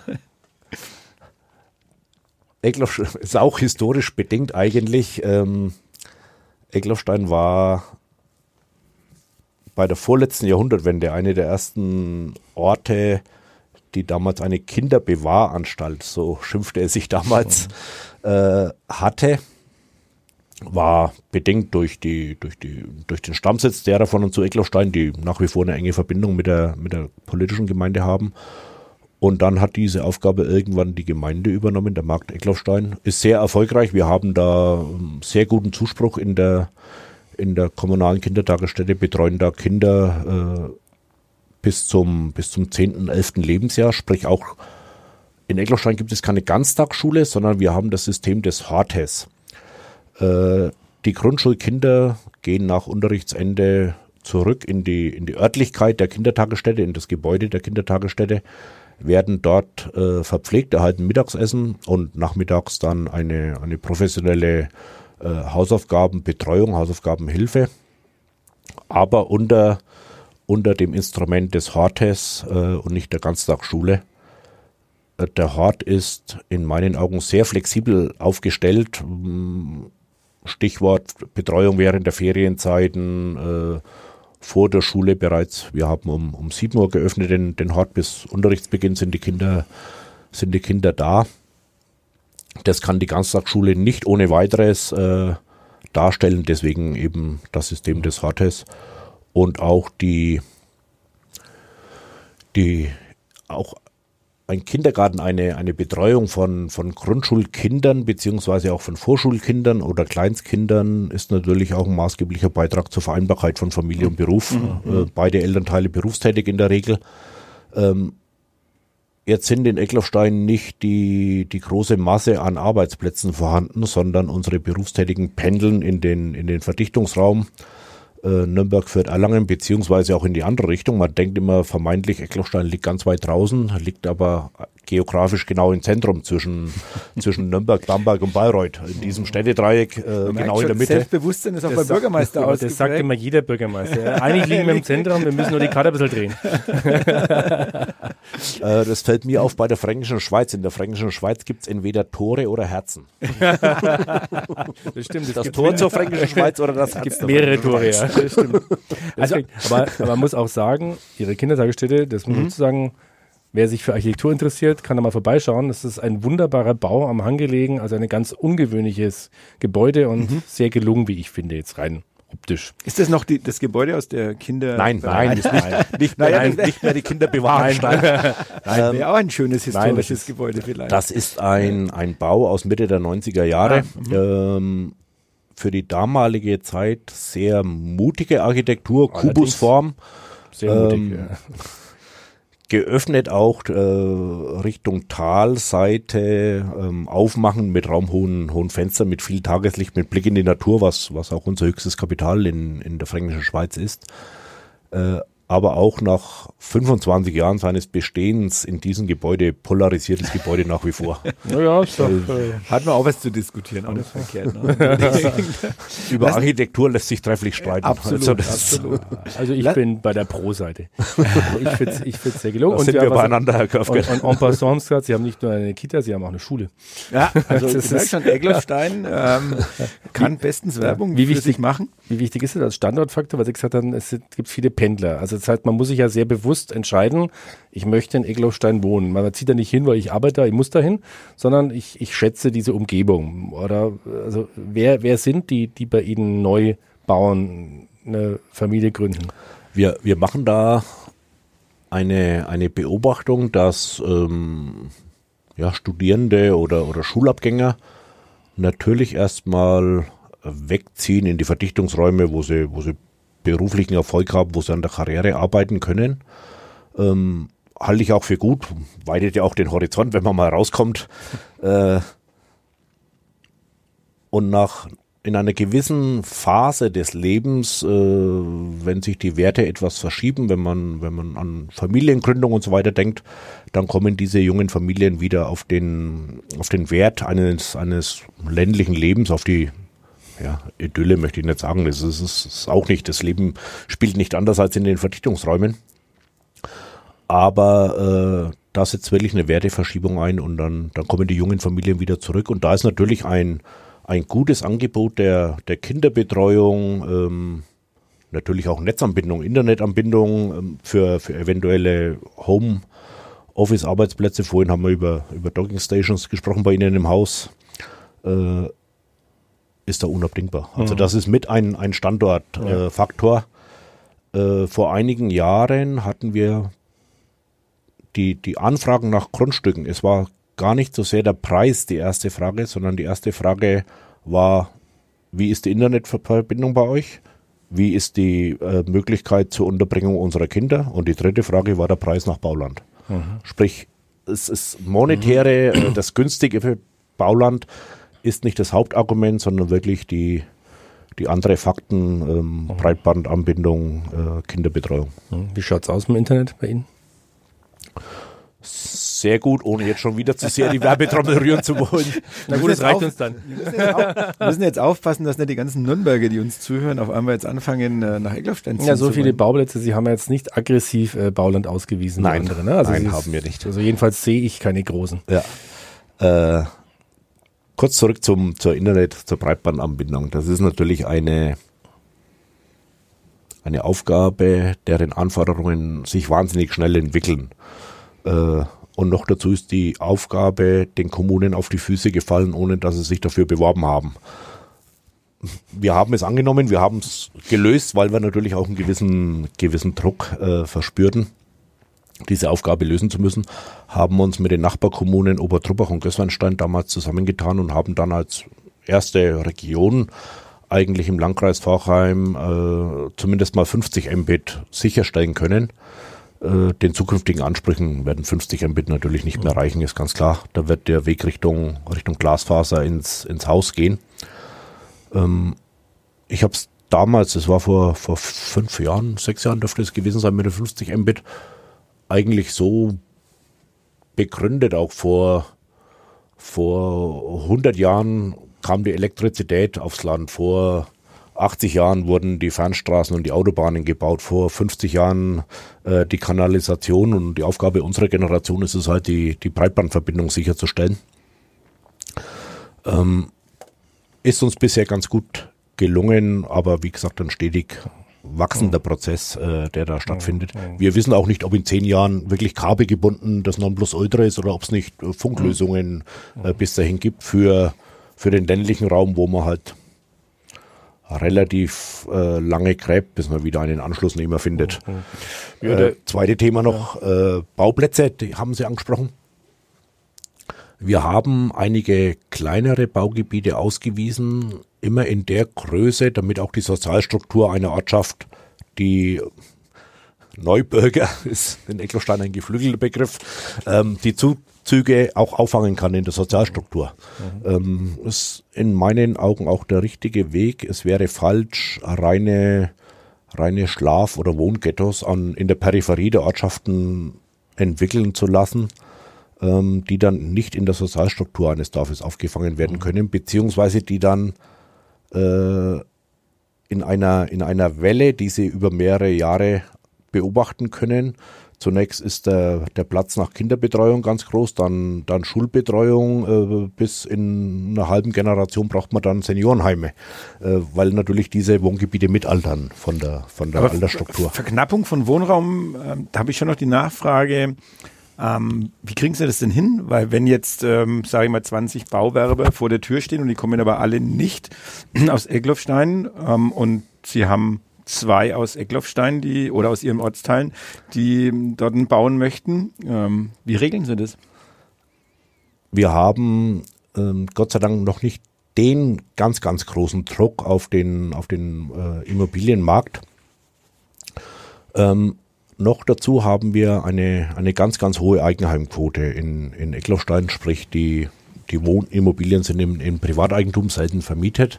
Egloffstein ist auch historisch bedingt eigentlich. Egloffstein war bei der vorletzten Jahrhundertwende eine der ersten Orte, die damals eine Kinderbewahranstalt, so schimpfte es sich damals, hatte. war bedingt durch den Stammsitz derer von und zu Egloffstein, die nach wie vor eine enge Verbindung mit der politischen Gemeinde haben. Und dann hat diese Aufgabe irgendwann die Gemeinde übernommen, der Markt Egloffstein. Ist sehr erfolgreich. Wir haben da sehr guten Zuspruch in der kommunalen Kindertagesstätte, betreuen da Kinder bis zum 10., 11. Lebensjahr. Sprich auch in Egloffstein gibt es keine Ganztagsschule, sondern wir haben das System des Hortes. Die Grundschulkinder gehen nach Unterrichtsende zurück in die Örtlichkeit der Kindertagesstätte, in das Gebäude der Kindertagesstätte, werden dort verpflegt, erhalten Mittagsessen und nachmittags dann eine professionelle Hausaufgabenbetreuung, Hausaufgabenhilfe, aber unter dem Instrument des Hortes und nicht der Ganztagsschule. Der Hort ist in meinen Augen sehr flexibel aufgestellt. Stichwort Betreuung während der Ferienzeiten, vor der Schule bereits. Wir haben um 7 Uhr geöffnet den Hort, bis Unterrichtsbeginn sind die Kinder da. Das kann die Ganztagsschule nicht ohne weiteres darstellen, deswegen eben das System des Hortes und auch auch ein Kindergarten, eine Betreuung von Grundschulkindern beziehungsweise auch von Vorschulkindern oder Kleinstkindern ist natürlich auch ein maßgeblicher Beitrag zur Vereinbarkeit von Familie und Beruf. Beide Elternteile berufstätig in der Regel. Jetzt sind in Egloffstein nicht die große Masse an Arbeitsplätzen vorhanden, sondern unsere Berufstätigen pendeln in den Verdichtungsraum Nürnberg, Fürth, Erlangen, beziehungsweise auch in die andere Richtung. Man denkt immer vermeintlich, Egloffstein liegt ganz weit draußen, liegt aber geografisch genau im Zentrum zwischen Nürnberg, Bamberg und Bayreuth. In diesem Städtedreieck genau in der Mitte. Selbstbewusstsein ist auch beim Bürgermeister ausgeprägt. Das sagt immer jeder Bürgermeister. Eigentlich liegen wir im Zentrum, wir müssen nur die Karte ein bisschen drehen. Das fällt mir auf bei der Fränkischen Schweiz. In der Fränkischen Schweiz gibt es entweder Tore oder Herzen. Das stimmt. Das Tor zur Fränkischen Schweiz oder das Herz. Es gibt mehrere Tore, ja. Das stimmt. Also, aber man muss auch sagen, Ihre Kindertagesstätte, das muss sozusagen, wer sich für Architektur interessiert, kann da mal vorbeischauen. Das ist ein wunderbarer Bau am Hang gelegen, also ein ganz ungewöhnliches Gebäude und sehr gelungen, wie ich finde, jetzt rein optisch. Ist das noch das Gebäude aus der Kinder... Nein, nicht mehr die Kinderbewahrungsanstalt. Nein, wäre auch ein schönes historisches Gebäude vielleicht. Das ist ein Bau aus Mitte der 90er Jahre. Für die damalige Zeit sehr mutige Architektur, Kubusform. Sehr mutig, ja. Geöffnet auch Richtung Talseite, aufmachen mit raumhohen Fenstern, mit viel Tageslicht, mit Blick in die Natur, was auch unser höchstes Kapital in der Fränkischen Schweiz ist. Aber auch nach 25 Jahren seines Bestehens in diesem Gebäude, polarisiertes Gebäude nach wie vor. Naja, hat man auch was zu diskutieren, auch nicht verkehrt. Ne? Über Architektur lässt sich trefflich streiten. Absolut. Also ich bin bei der Pro-Seite. Ich finde es sehr gelungen. Da sind wir beieinander, Herr Köpfke. Und en passant gesagt, Sie haben nicht nur eine Kita, Sie haben auch eine Schule. Ja, also das ist schon Egloffstein kann bestens Werbung für sich machen. Wie wichtig ist das als Standortfaktor? Weil Sie gesagt haben, es gibt viele Pendler. Also das heißt, man muss sich ja sehr bewusst entscheiden, ich möchte in Egloffstein wohnen. Man zieht da nicht hin, weil ich arbeite da, ich muss da hin, sondern ich schätze diese Umgebung. Oder also wer sind die bei Ihnen neu bauen, eine Familie gründen? Wir machen da eine Beobachtung, dass Studierende oder Schulabgänger natürlich erstmal wegziehen in die Verdichtungsräume, wo sie beruflichen Erfolg haben, wo sie an der Karriere arbeiten können. Halte ich auch für gut, weitet ja auch den Horizont, wenn man mal rauskommt. Und in einer gewissen Phase des Lebens, wenn sich die Werte etwas verschieben, wenn man an Familiengründung und so weiter denkt, dann kommen diese jungen Familien wieder auf den Wert eines ländlichen Lebens, auf die Idylle möchte ich nicht sagen, das ist auch nicht, das Leben spielt nicht anders als in den Verdichtungsräumen, aber da setzt wirklich eine Werteverschiebung ein und dann kommen die jungen Familien wieder zurück und da ist natürlich ein gutes Angebot der Kinderbetreuung, natürlich auch Netzanbindung, Internetanbindung für eventuelle Home-Office-Arbeitsplätze, vorhin haben wir über Docking Stations gesprochen bei Ihnen im Haus, ist da unabdingbar. Also das ist mit ein Standortfaktor. Vor einigen Jahren hatten wir die Anfragen nach Grundstücken. Es war gar nicht so sehr der Preis die erste Frage, sondern die erste Frage war, wie ist die Internetverbindung bei euch? Wie ist die Möglichkeit zur Unterbringung unserer Kinder? Und die dritte Frage war der Preis nach Bauland. Sprich, es ist monetäre, das günstige für Bauland ist nicht das Hauptargument, sondern wirklich die andere Fakten, Breitbandanbindung, Kinderbetreuung. Wie schaut es aus im Internet bei Ihnen? Sehr gut, ohne jetzt schon wieder zu sehr die Werbetrommel rühren zu wollen. Na gut, das reicht uns dann. Wir müssen jetzt aufpassen, dass nicht die ganzen Nürnberger, die uns zuhören, auf einmal jetzt anfangen, nach Egloffstein zu gehen. Ja, so viele Bauplätze, Sie haben ja jetzt nicht aggressiv Bauland ausgewiesen. Nein, andere, ne? Also nein, haben wir nicht. Also jedenfalls sehe ich keine großen. Ja. Kurz zurück zur Breitbandanbindung. Das ist natürlich eine Aufgabe, deren Anforderungen sich wahnsinnig schnell entwickeln. Und noch dazu ist die Aufgabe den Kommunen auf die Füße gefallen, ohne dass sie sich dafür beworben haben. Wir haben es angenommen, wir haben es gelöst, weil wir natürlich auch einen gewissen Druck verspürten, diese Aufgabe lösen zu müssen, haben uns mit den Nachbarkommunen Obertruppach und Gößweinstein damals zusammengetan und haben dann als erste Region eigentlich im Landkreis Forchheim zumindest mal 50 Mbit sicherstellen können. Den zukünftigen Ansprüchen werden 50 Mbit natürlich nicht mehr reichen, ist ganz klar. Da wird der Weg Richtung Glasfaser ins Haus gehen. Ich habe es damals, das war vor 5 Jahren, 6 Jahren dürfte es gewesen sein mit den 50 Mbit, eigentlich so begründet. Auch vor 100 Jahren kam die Elektrizität aufs Land, vor 80 Jahren wurden die Fernstraßen und die Autobahnen gebaut, vor 50 Jahren die Kanalisation, und die Aufgabe unserer Generation ist es halt, die Breitbandverbindung sicherzustellen. Ist uns bisher ganz gut gelungen, aber wie gesagt, ein stetig wachsender Prozess, der da stattfindet. Wir wissen auch nicht, ob in 10 Jahren wirklich kabelgebunden das Nonplusultra ist oder ob es nicht Funklösungen bis dahin gibt für den ländlichen Raum, wo man halt relativ lange gräbt, bis man wieder einen Anschlussnehmer findet. Zweite Thema noch, Bauplätze, die haben Sie angesprochen. Wir haben einige kleinere Baugebiete ausgewiesen, immer in der Größe, damit auch die Sozialstruktur einer Ortschaft, die Neubürger, ist in Egloffstein ein geflügelter Begriff, die Zuzüge auch auffangen kann in der Sozialstruktur. Ist in meinen Augen auch der richtige Weg. Es wäre falsch, reine Schlaf- oder Wohnghettos in der Peripherie der Ortschaften entwickeln zu lassen, die dann nicht in der Sozialstruktur eines Dorfes aufgefangen werden können, beziehungsweise die dann in einer Welle, die sie über mehrere Jahre beobachten können. Zunächst ist der Platz nach Kinderbetreuung ganz groß, dann Schulbetreuung, bis in einer halben Generation braucht man dann Seniorenheime, weil natürlich diese Wohngebiete mitaltern von der Altersstruktur. Verknappung von Wohnraum, da habe ich schon noch die Nachfrage, wie kriegen Sie das denn hin? Weil wenn jetzt, sage ich mal, 20 Bauwerber vor der Tür stehen und die kommen aber alle nicht aus Egloffstein und Sie haben 2 aus Egloffstein, oder aus Ihren Ortsteilen, die dort bauen möchten. Wie regeln Sie das? Wir haben Gott sei Dank noch nicht den ganz, ganz großen Druck auf den Immobilienmarkt. Noch dazu haben wir eine ganz, ganz hohe Eigenheimquote in Egloffstein, sprich die Wohnimmobilien sind in Privateigentum selten vermietet.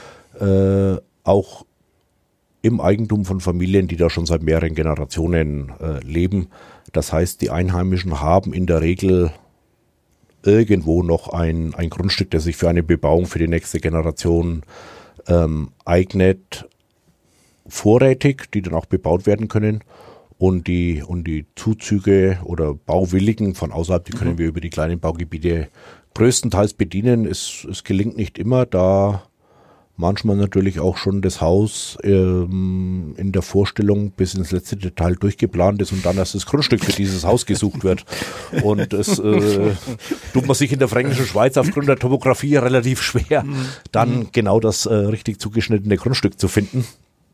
Auch im Eigentum von Familien, die da schon seit mehreren Generationen leben. Das heißt, die Einheimischen haben in der Regel irgendwo noch ein Grundstück, das sich für eine Bebauung für die nächste Generation eignet, vorrätig, die dann auch bebaut werden können. Und die Zuzüge oder Bauwilligen von außerhalb, die können wir über die kleinen Baugebiete größtenteils bedienen. Es gelingt nicht immer, da manchmal natürlich auch schon das Haus in der Vorstellung bis ins letzte Detail durchgeplant ist und dann erst das Grundstück für dieses Haus gesucht wird. Und es tut man sich in der Fränkischen Schweiz aufgrund der Topografie relativ schwer, dann genau das richtig zugeschnittene Grundstück zu finden.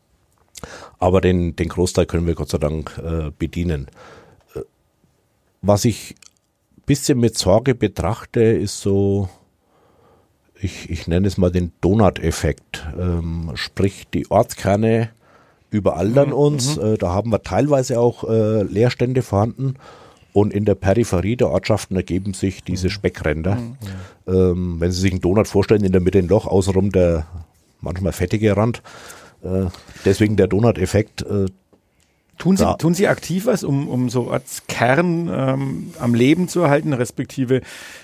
Aber den Großteil können wir Gott sei Dank bedienen. Was ich ein bisschen mit Sorge betrachte, ist so, ich nenne es mal den Donut-Effekt. Sprich, die Ortskerne überaldern uns. Da haben wir teilweise auch Leerstände vorhanden. Und in der Peripherie der Ortschaften ergeben sich diese Speckränder. Wenn Sie sich einen Donut vorstellen, in der Mitte ein Loch, außenrum der manchmal fettige Rand. Deswegen der Donut-Effekt. Tun Sie aktiv was, um so Ortskern am Leben zu erhalten, respektive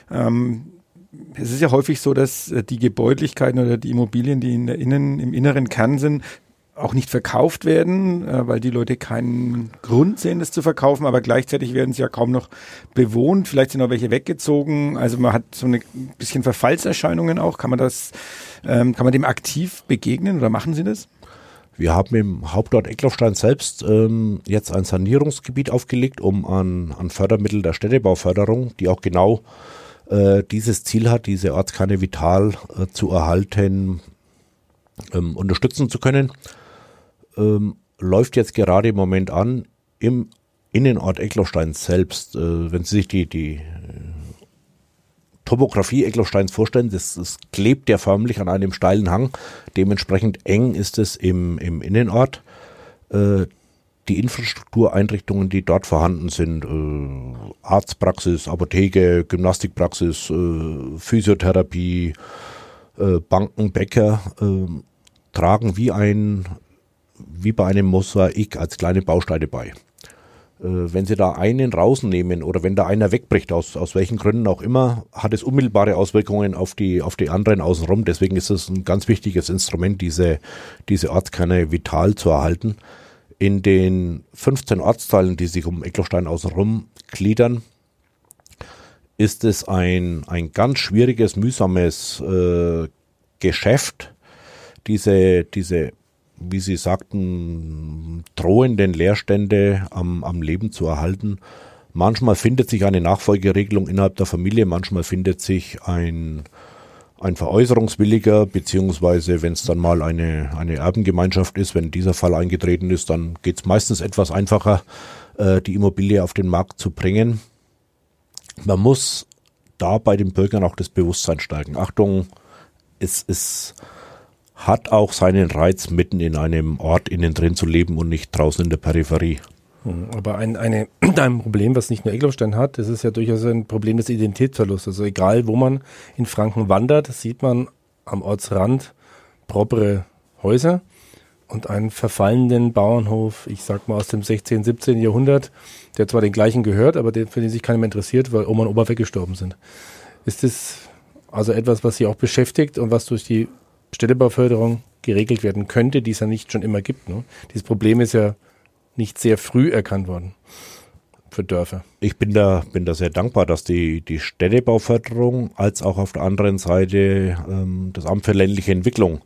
es ist ja häufig so, dass die Gebäudlichkeiten oder die Immobilien, die im inneren Kern sind, auch nicht verkauft werden, weil die Leute keinen Grund sehen, das zu verkaufen, aber gleichzeitig werden sie ja kaum noch bewohnt. Vielleicht sind auch welche weggezogen. Also man hat so ein bisschen Verfallserscheinungen auch. Kann man dem aktiv begegnen oder machen Sie das? Wir haben im Hauptort Egloffstein selbst jetzt ein Sanierungsgebiet aufgelegt, um an Fördermittel der Städtebauförderung, die auch genau dieses Ziel hat, diese Ortskerne vital zu erhalten, unterstützen zu können. Läuft jetzt gerade im Moment an, im Innenort Egloffstein selbst. Wenn Sie sich die Topografie Egloffsteins vorstellen, das klebt ja förmlich an einem steilen Hang. Dementsprechend eng ist es im Innenort. Die Infrastruktureinrichtungen, die dort vorhanden sind, Arztpraxis, Apotheke, Gymnastikpraxis, Physiotherapie, Banken, Bäcker, tragen wie bei einem Mosaik als kleine Bausteine bei. Wenn Sie da einen rausnehmen oder wenn da einer wegbricht, aus welchen Gründen auch immer, hat es unmittelbare Auswirkungen auf die anderen außenrum. Deswegen ist es ein ganz wichtiges Instrument, diese Ortskerne vital zu erhalten. In den 15 Ortsteilen, die sich um Egloffstein außenrum gliedern, ist es ein ganz schwieriges, mühsames Geschäft, diese, wie Sie sagten, drohenden Leerstände am Leben zu erhalten. Manchmal findet sich eine Nachfolgeregelung innerhalb der Familie, manchmal findet sich ein Veräußerungswilliger, beziehungsweise wenn es dann mal eine Erbengemeinschaft ist, wenn dieser Fall eingetreten ist, dann geht es meistens etwas einfacher, die Immobilie auf den Markt zu bringen. Man muss da bei den Bürgern auch das Bewusstsein stärken. Achtung, es hat auch seinen Reiz, mitten in einem Ort innen drin zu leben und nicht draußen in der Peripherie. Aber ein Problem, was nicht nur Egloffstein hat, das ist ja durchaus ein Problem des Identitätsverlusts. Also egal, wo man in Franken wandert, sieht man am Ortsrand propere Häuser und einen verfallenen Bauernhof, ich sag mal aus dem 16., 17. Jahrhundert, der zwar den gleichen gehört, aber für den sich keiner mehr interessiert, weil Oma und Opa weggestorben sind. Ist das also etwas, was Sie auch beschäftigt und was durch die Städtebauförderung geregelt werden könnte, die es ja nicht schon immer gibt, ne? Dieses Problem ist ja nicht sehr früh erkannt worden für Dörfer. Ich bin da sehr dankbar, dass die Städtebauförderung als auch auf der anderen Seite das Amt für ländliche Entwicklung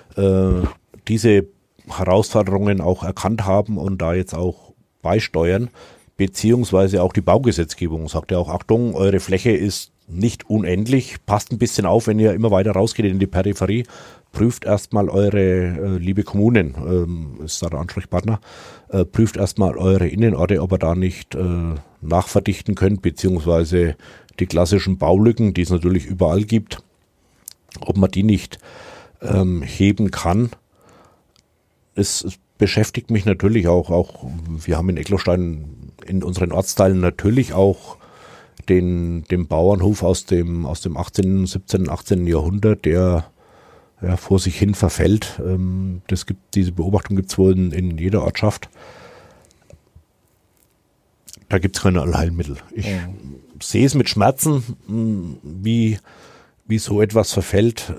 diese Herausforderungen auch erkannt haben und da jetzt auch beisteuern, beziehungsweise auch die Baugesetzgebung sagt ja auch, Achtung, eure Fläche ist nicht unendlich, passt ein bisschen auf, wenn ihr immer weiter rausgeht in die Peripherie, prüft erstmal eure, liebe Kommunen, ist da der Ansprechpartner, prüft erstmal eure Innenorte, ob ihr da nicht nachverdichten könnt, beziehungsweise die klassischen Baulücken, die es natürlich überall gibt, ob man die nicht heben kann. Es beschäftigt mich natürlich auch, wir haben in Egloffstein in unseren Ortsteilen natürlich auch den Bauernhof aus dem 18., 17., 18. Jahrhundert, der ja, vor sich hin verfällt. Diese Beobachtung gibt es wohl in jeder Ortschaft. Da gibt es keine Allheilmittel. Ich sehe es mit Schmerzen, wie so etwas verfällt.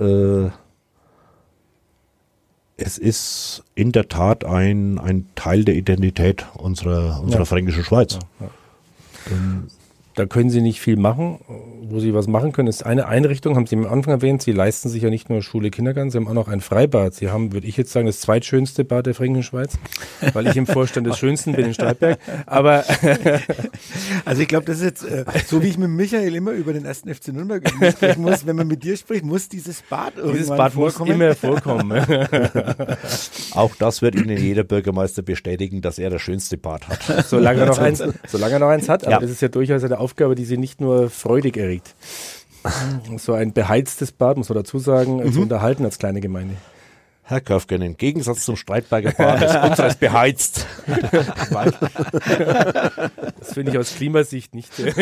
Es ist in der Tat ein Teil der Identität unserer fränkischen Schweiz. Da können sie nicht viel machen. Wo sie was machen können, ist eine Einrichtung, haben Sie am Anfang erwähnt, Sie leisten sich ja nicht nur Schule, Kindergarten, Sie haben auch noch ein Freibad. Sie haben, würde ich jetzt sagen, das zweitschönste Bad der Fränkischen Schweiz, weil ich im Vorstand des Schönsten bin in Streitberg. Aber also ich glaube, das ist jetzt, so wie ich mit Michael immer über den 1. FC Nürnberg sprechen muss, wenn man mit dir spricht, muss dieses Bad irgendwann vorkommen. Muss immer vorkommen. Auch das wird Ihnen jeder Bürgermeister bestätigen, dass er das schönste Bad hat. Solange er noch eins hat, aber das ist ja durchaus eine Aufgabe, die Sie nicht nur freudig erregt. So ein beheiztes Bad, muss man dazu sagen, zu unterhalten als kleine Gemeinde. Herr Köfgen, im Gegensatz zum Streitberger Bad ist unseres beheizt. Das finde ich aus Klimasicht nicht. Ich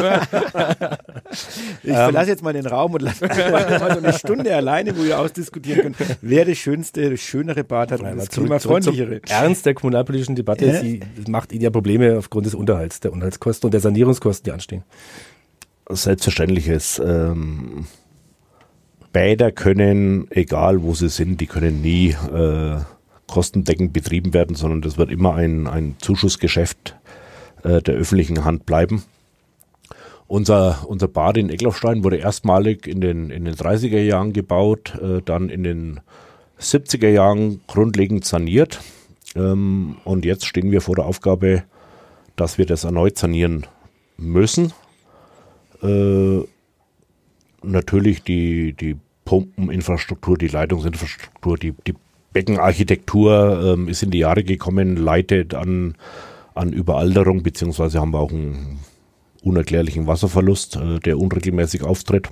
verlasse jetzt mal den Raum und lasse mal so eine Stunde alleine, wo ihr ausdiskutieren könnt, wer das schönere Bad hat und das klimafreundlichere. Ernst der kommunalpolitischen Debatte, sie macht Ihnen ja Probleme aufgrund des Unterhalts, der Unterhaltskosten und der Sanierungskosten, die anstehen. Selbstverständlich ist, Bäder können, egal wo sie sind, die können nie kostendeckend betrieben werden, sondern das wird immer ein Zuschussgeschäft der öffentlichen Hand bleiben. Unser Bad in Egloffstein wurde erstmalig in den 30er Jahren gebaut, dann in den 70er Jahren grundlegend saniert. Und jetzt stehen wir vor der Aufgabe, dass wir das erneut sanieren müssen. Natürlich die Pumpeninfrastruktur, die Leitungsinfrastruktur, die Beckenarchitektur ist in die Jahre gekommen, leidet an Überalterung, beziehungsweise haben wir auch einen unerklärlichen Wasserverlust, der unregelmäßig auftritt.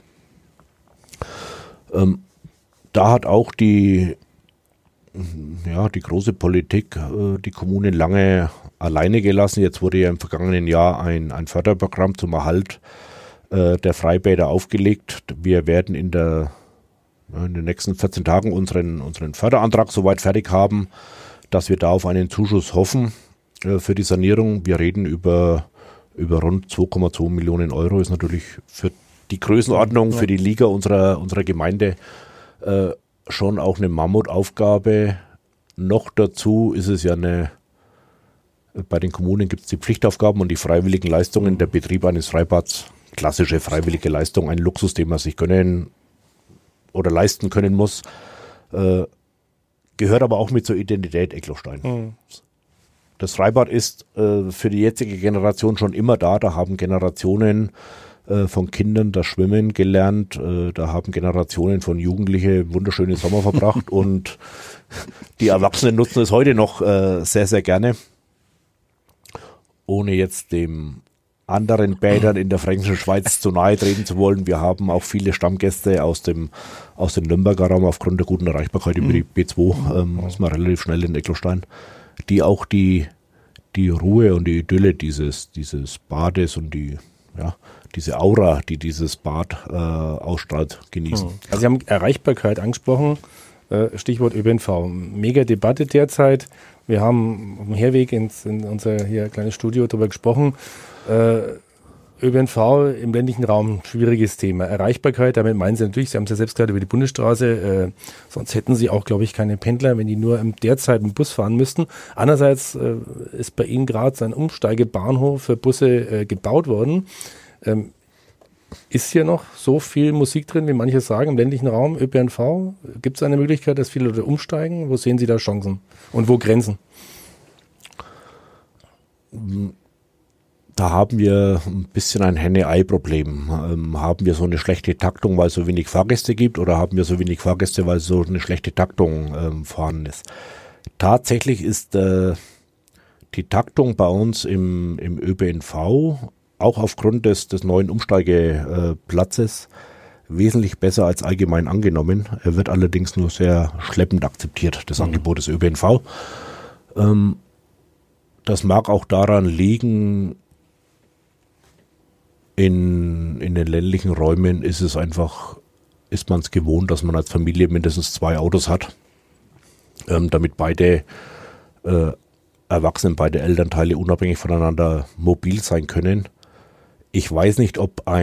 Da hat auch die große Politik die Kommunen lange alleine gelassen. Jetzt wurde ja im vergangenen Jahr ein Förderprogramm zum Erhalt der Freibäder aufgelegt. Wir werden in den nächsten 14 Tagen unseren Förderantrag soweit fertig haben, dass wir da auf einen Zuschuss hoffen für die Sanierung. Wir reden über rund 2,2 Millionen Euro. Ist natürlich für die Größenordnung, für die Liga unserer Gemeinde schon auch eine Mammutaufgabe. Noch dazu ist es ja bei den Kommunen gibt es die Pflichtaufgaben und die freiwilligen Leistungen. Der Betrieb eines Freibads, klassische freiwillige Leistung, ein Luxus, den man sich gönnen oder leisten können muss, gehört aber auch mit zur Identität Egloffstein. Das Freibad ist für die jetzige Generation schon immer da. Da haben Generationen von Kindern das Schwimmen gelernt. Da haben Generationen von Jugendlichen wunderschöne Sommer verbracht und die Erwachsenen nutzen es heute noch sehr, sehr gerne. Ohne jetzt dem anderen Bädern in der Fränkischen Schweiz zu nahe treten zu wollen. Wir haben auch viele Stammgäste aus dem Nürnberger Raum aufgrund der guten Erreichbarkeit über die B2, ist man relativ schnell in Egloffstein, die auch die Ruhe und die Idylle dieses Bades und diese Aura, die dieses Bad ausstrahlt, genießen. Also Sie haben Erreichbarkeit angesprochen, Stichwort ÖPNV. Mega Debatte derzeit. Wir haben auf dem Herweg in unser hier kleines Studio darüber gesprochen. ÖPNV im ländlichen Raum, schwieriges Thema. Erreichbarkeit, damit meinen Sie natürlich, Sie haben es ja selbst gerade über die Bundesstraße, sonst hätten Sie auch, glaube ich, keine Pendler, wenn die nur derzeit mit Bus fahren müssten. Andererseits ist bei Ihnen gerade ein Umsteigebahnhof für Busse gebaut worden. Ist hier noch so viel Musik drin, wie manche sagen, im ländlichen Raum, ÖPNV? Gibt es eine Möglichkeit, dass viele Leute umsteigen? Wo sehen Sie da Chancen und wo Grenzen? Da haben wir ein bisschen ein Henne-Ei-Problem. Haben wir so eine schlechte Taktung, weil es so wenig Fahrgäste gibt, oder haben wir so wenig Fahrgäste, weil so eine schlechte Taktung vorhanden ist? Tatsächlich ist die Taktung bei uns im ÖPNV auch aufgrund des neuen Umsteigeplatzes wesentlich besser als allgemein angenommen. Er wird allerdings nur sehr schleppend akzeptiert, das Angebot des ÖPNV. Das mag auch daran liegen, in den ländlichen Räumen ist man es gewohnt, dass man als Familie mindestens 2 Autos hat, damit beide Erwachsenen, beide Elternteile unabhängig voneinander mobil sein können. Ich weiß nicht,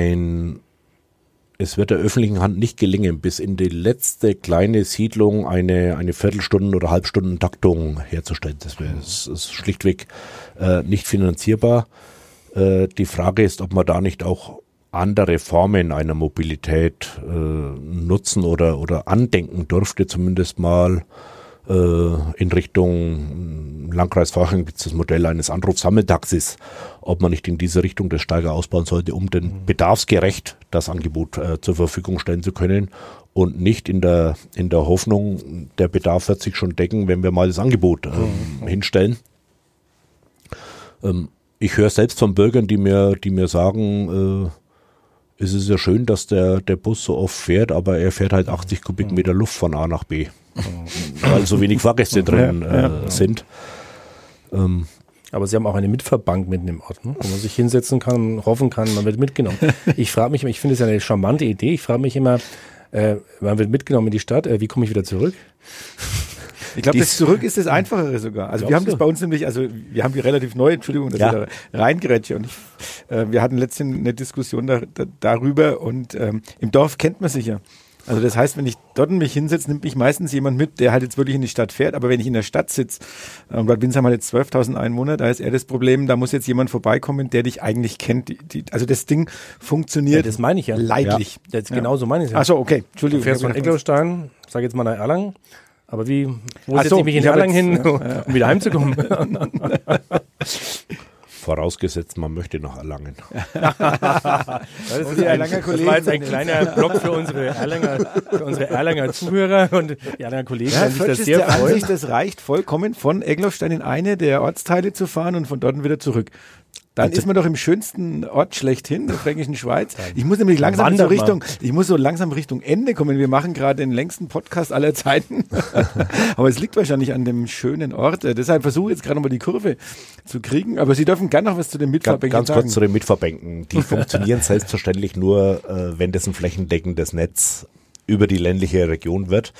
es wird der öffentlichen Hand nicht gelingen, bis in die letzte kleine Siedlung eine Viertelstunden- oder Halbstunden-Taktung herzustellen. Das ist schlichtweg nicht finanzierbar. Die Frage ist, ob man da nicht auch andere Formen einer Mobilität nutzen oder andenken dürfte, zumindest mal in Richtung Landkreis Forchheim gibt es das Modell eines Anrufsammeltaxis, ob man nicht in diese Richtung das stärker ausbauen sollte, um den bedarfsgerecht das Angebot zur Verfügung stellen zu können und nicht in der Hoffnung, der Bedarf wird sich schon decken, wenn wir mal das Angebot hinstellen. Ich höre selbst von Bürgern, die mir sagen, es ist ja schön, dass der Bus so oft fährt, aber er fährt halt 80 Kubikmeter Luft von A nach B, weil so wenig Fahrgäste drin sind. Aber Sie haben auch eine Mitfahrbank mitten im Ort, ne? Wo man sich hinsetzen kann und hoffen kann, man wird mitgenommen. Ich frage mich, ich finde es ja eine charmante Idee, ich frage mich immer, man wird mitgenommen in die Stadt, wie komme ich wieder zurück? Ich glaube, das Zurück ist das Einfachere sogar. Also wir haben das bei uns nämlich, also wir haben die relativ neue, Entschuldigung, dass ich da reingerätsche. Und wir hatten letztens eine Diskussion darüber und im Dorf kennt man sich ja. Also das heißt, wenn ich dort mich hinsetze, nimmt mich meistens jemand mit, der halt jetzt wirklich in die Stadt fährt. Aber wenn ich in der Stadt sitze, und bei Binz haben wir jetzt 12.000 Einwohner, da ist eher das Problem, da muss jetzt jemand vorbeikommen, der dich eigentlich kennt. Also das Ding funktioniert das meine ich ja. leidlich. Ja. Genau so meine ich es ja. Ach so, okay. Entschuldigung. Du fährst von Egloffstein, sag jetzt mal nach Erlangen. Aber wo setze ich mich in Erlangen hin, um wieder heimzukommen? Vorausgesetzt, man möchte nach Erlangen. Das war jetzt ein kleiner Block für unsere Erlanger Zuhörer und die Erlanger Kollegen. Ja, sich das sehr freuen. Das reicht vollkommen, von Egloffstein in eine der Ortsteile zu fahren und von dort wieder zurück. Dann ist man doch im schönsten Ort schlechthin, der Fränkischen Schweiz. Ich muss nämlich langsam so langsam Richtung Ende kommen. Wir machen gerade den längsten Podcast aller Zeiten. Aber es liegt wahrscheinlich an dem schönen Ort. Deshalb versuche ich jetzt gerade nochmal die Kurve zu kriegen. Aber Sie dürfen gerne noch was zu den Mitfahrbänken sagen. Ganz kurz zu den Mitfahrbänken. Die funktionieren selbstverständlich nur, wenn das ein flächendeckendes Netz über die ländliche Region wird.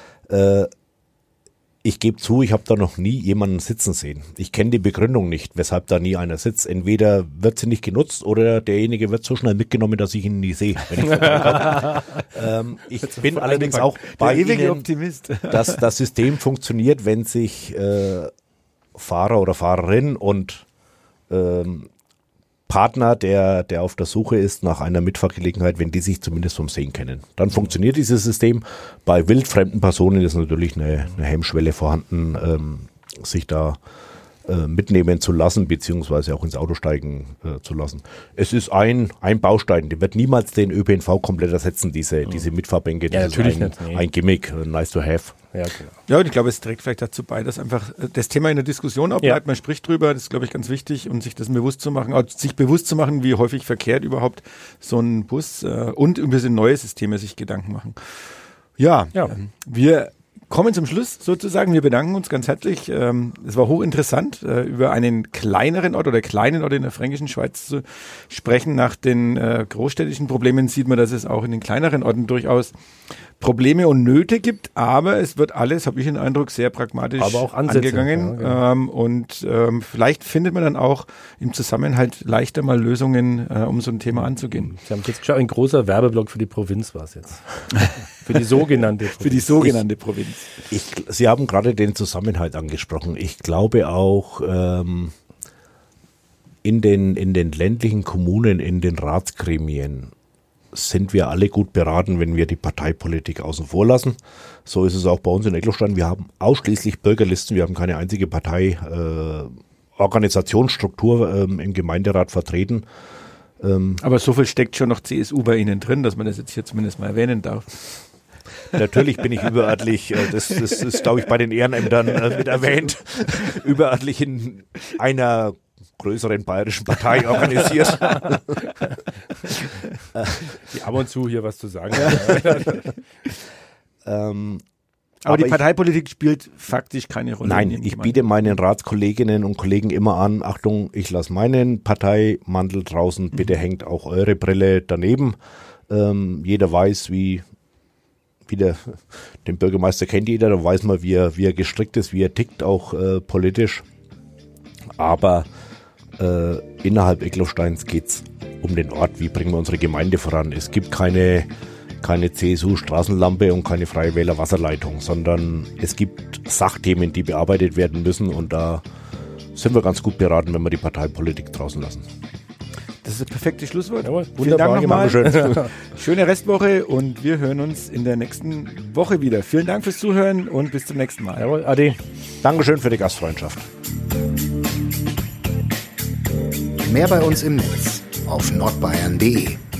Ich gebe zu, ich habe da noch nie jemanden sitzen sehen. Ich kenne die Begründung nicht, weshalb da nie einer sitzt. Entweder wird sie nicht genutzt oder derjenige wird so schnell mitgenommen, dass ich ihn nie sehe, wenn ich vorbeikomme. Ich bin allerdings auch bei Ihnen, Optimist, dass das System funktioniert, wenn sich Fahrer oder Fahrerin und Partner, der auf der Suche ist nach einer Mitfahrgelegenheit, wenn die sich zumindest vom Sehen kennen. Dann funktioniert dieses System. Bei wildfremden Personen ist natürlich eine Hemmschwelle vorhanden, sich da mitnehmen zu lassen, beziehungsweise auch ins Auto steigen zu lassen. Es ist ein Baustein, der wird niemals den ÖPNV komplett ersetzen, diese Mitfahrbänke. Das ist natürlich ein Gimmick, nice to have. Ja, genau. Ja, und ich glaube, es trägt vielleicht dazu bei, dass einfach das Thema in der Diskussion auch bleibt. Man spricht drüber, das ist, glaube ich, ganz wichtig, und sich das bewusst zu machen, wie häufig verkehrt überhaupt so ein Bus und über so neue Systeme sich Gedanken machen. Ja. Wir kommen zum Schluss sozusagen. Wir bedanken uns ganz herzlich. Es war hochinteressant, über einen kleineren Ort oder kleinen Ort in der Fränkischen Schweiz zu sprechen. Nach den großstädtischen Problemen sieht man, dass es auch in den kleineren Orten durchaus Probleme und Nöte gibt, aber es wird alles, habe ich den Eindruck, sehr pragmatisch angegangen. Ja, genau. Vielleicht findet man dann auch im Zusammenhalt leichter mal Lösungen, um so ein Thema anzugehen. Sie haben jetzt schon ein großer Werbeblock für die Provinz war es jetzt. Für die sogenannte Provinz. Für die sogenannte Provinz. Sie haben gerade den Zusammenhalt angesprochen. Ich glaube auch, in den ländlichen Kommunen, in den Ratsgremien sind wir alle gut beraten, wenn wir die Parteipolitik außen vor lassen. So ist es auch bei uns in Egloffstein. Wir haben ausschließlich Bürgerlisten. Wir haben keine einzige Organisationsstruktur im Gemeinderat vertreten. Aber so viel steckt schon noch CSU bei Ihnen drin, dass man das jetzt hier zumindest mal erwähnen darf. Natürlich bin ich überörtlich, das ist, glaube ich, bei den Ehrenämtern mit erwähnt, überörtlich in einer größeren bayerischen Partei organisiert. Die ab und zu hier was zu sagen. Aber die Parteipolitik spielt faktisch keine Rolle. Nein, ich biete meinen Ratskolleginnen und Kollegen immer an, Achtung, ich lasse meinen Parteimantel draußen, bitte hängt auch eure Brille daneben. Jeder weiß, den Bürgermeister kennt jeder, da weiß man, wie er gestrickt ist, wie er tickt, auch politisch. Aber innerhalb Egloffsteins geht es um den Ort, wie bringen wir unsere Gemeinde voran. Es gibt keine CSU-Straßenlampe und keine Freie Wähler Wasserleitung, sondern es gibt Sachthemen, die bearbeitet werden müssen, und da sind wir ganz gut beraten, wenn wir die Parteipolitik draußen lassen. Das ist das perfekte Schlusswort. Jawohl, Vielen Dank nochmal. Dankeschön. Schöne Restwoche und wir hören uns in der nächsten Woche wieder. Vielen Dank fürs Zuhören und bis zum nächsten Mal. Jawohl, ade. Dankeschön für die Gastfreundschaft. Mehr bei uns im Netz auf nordbayern.de.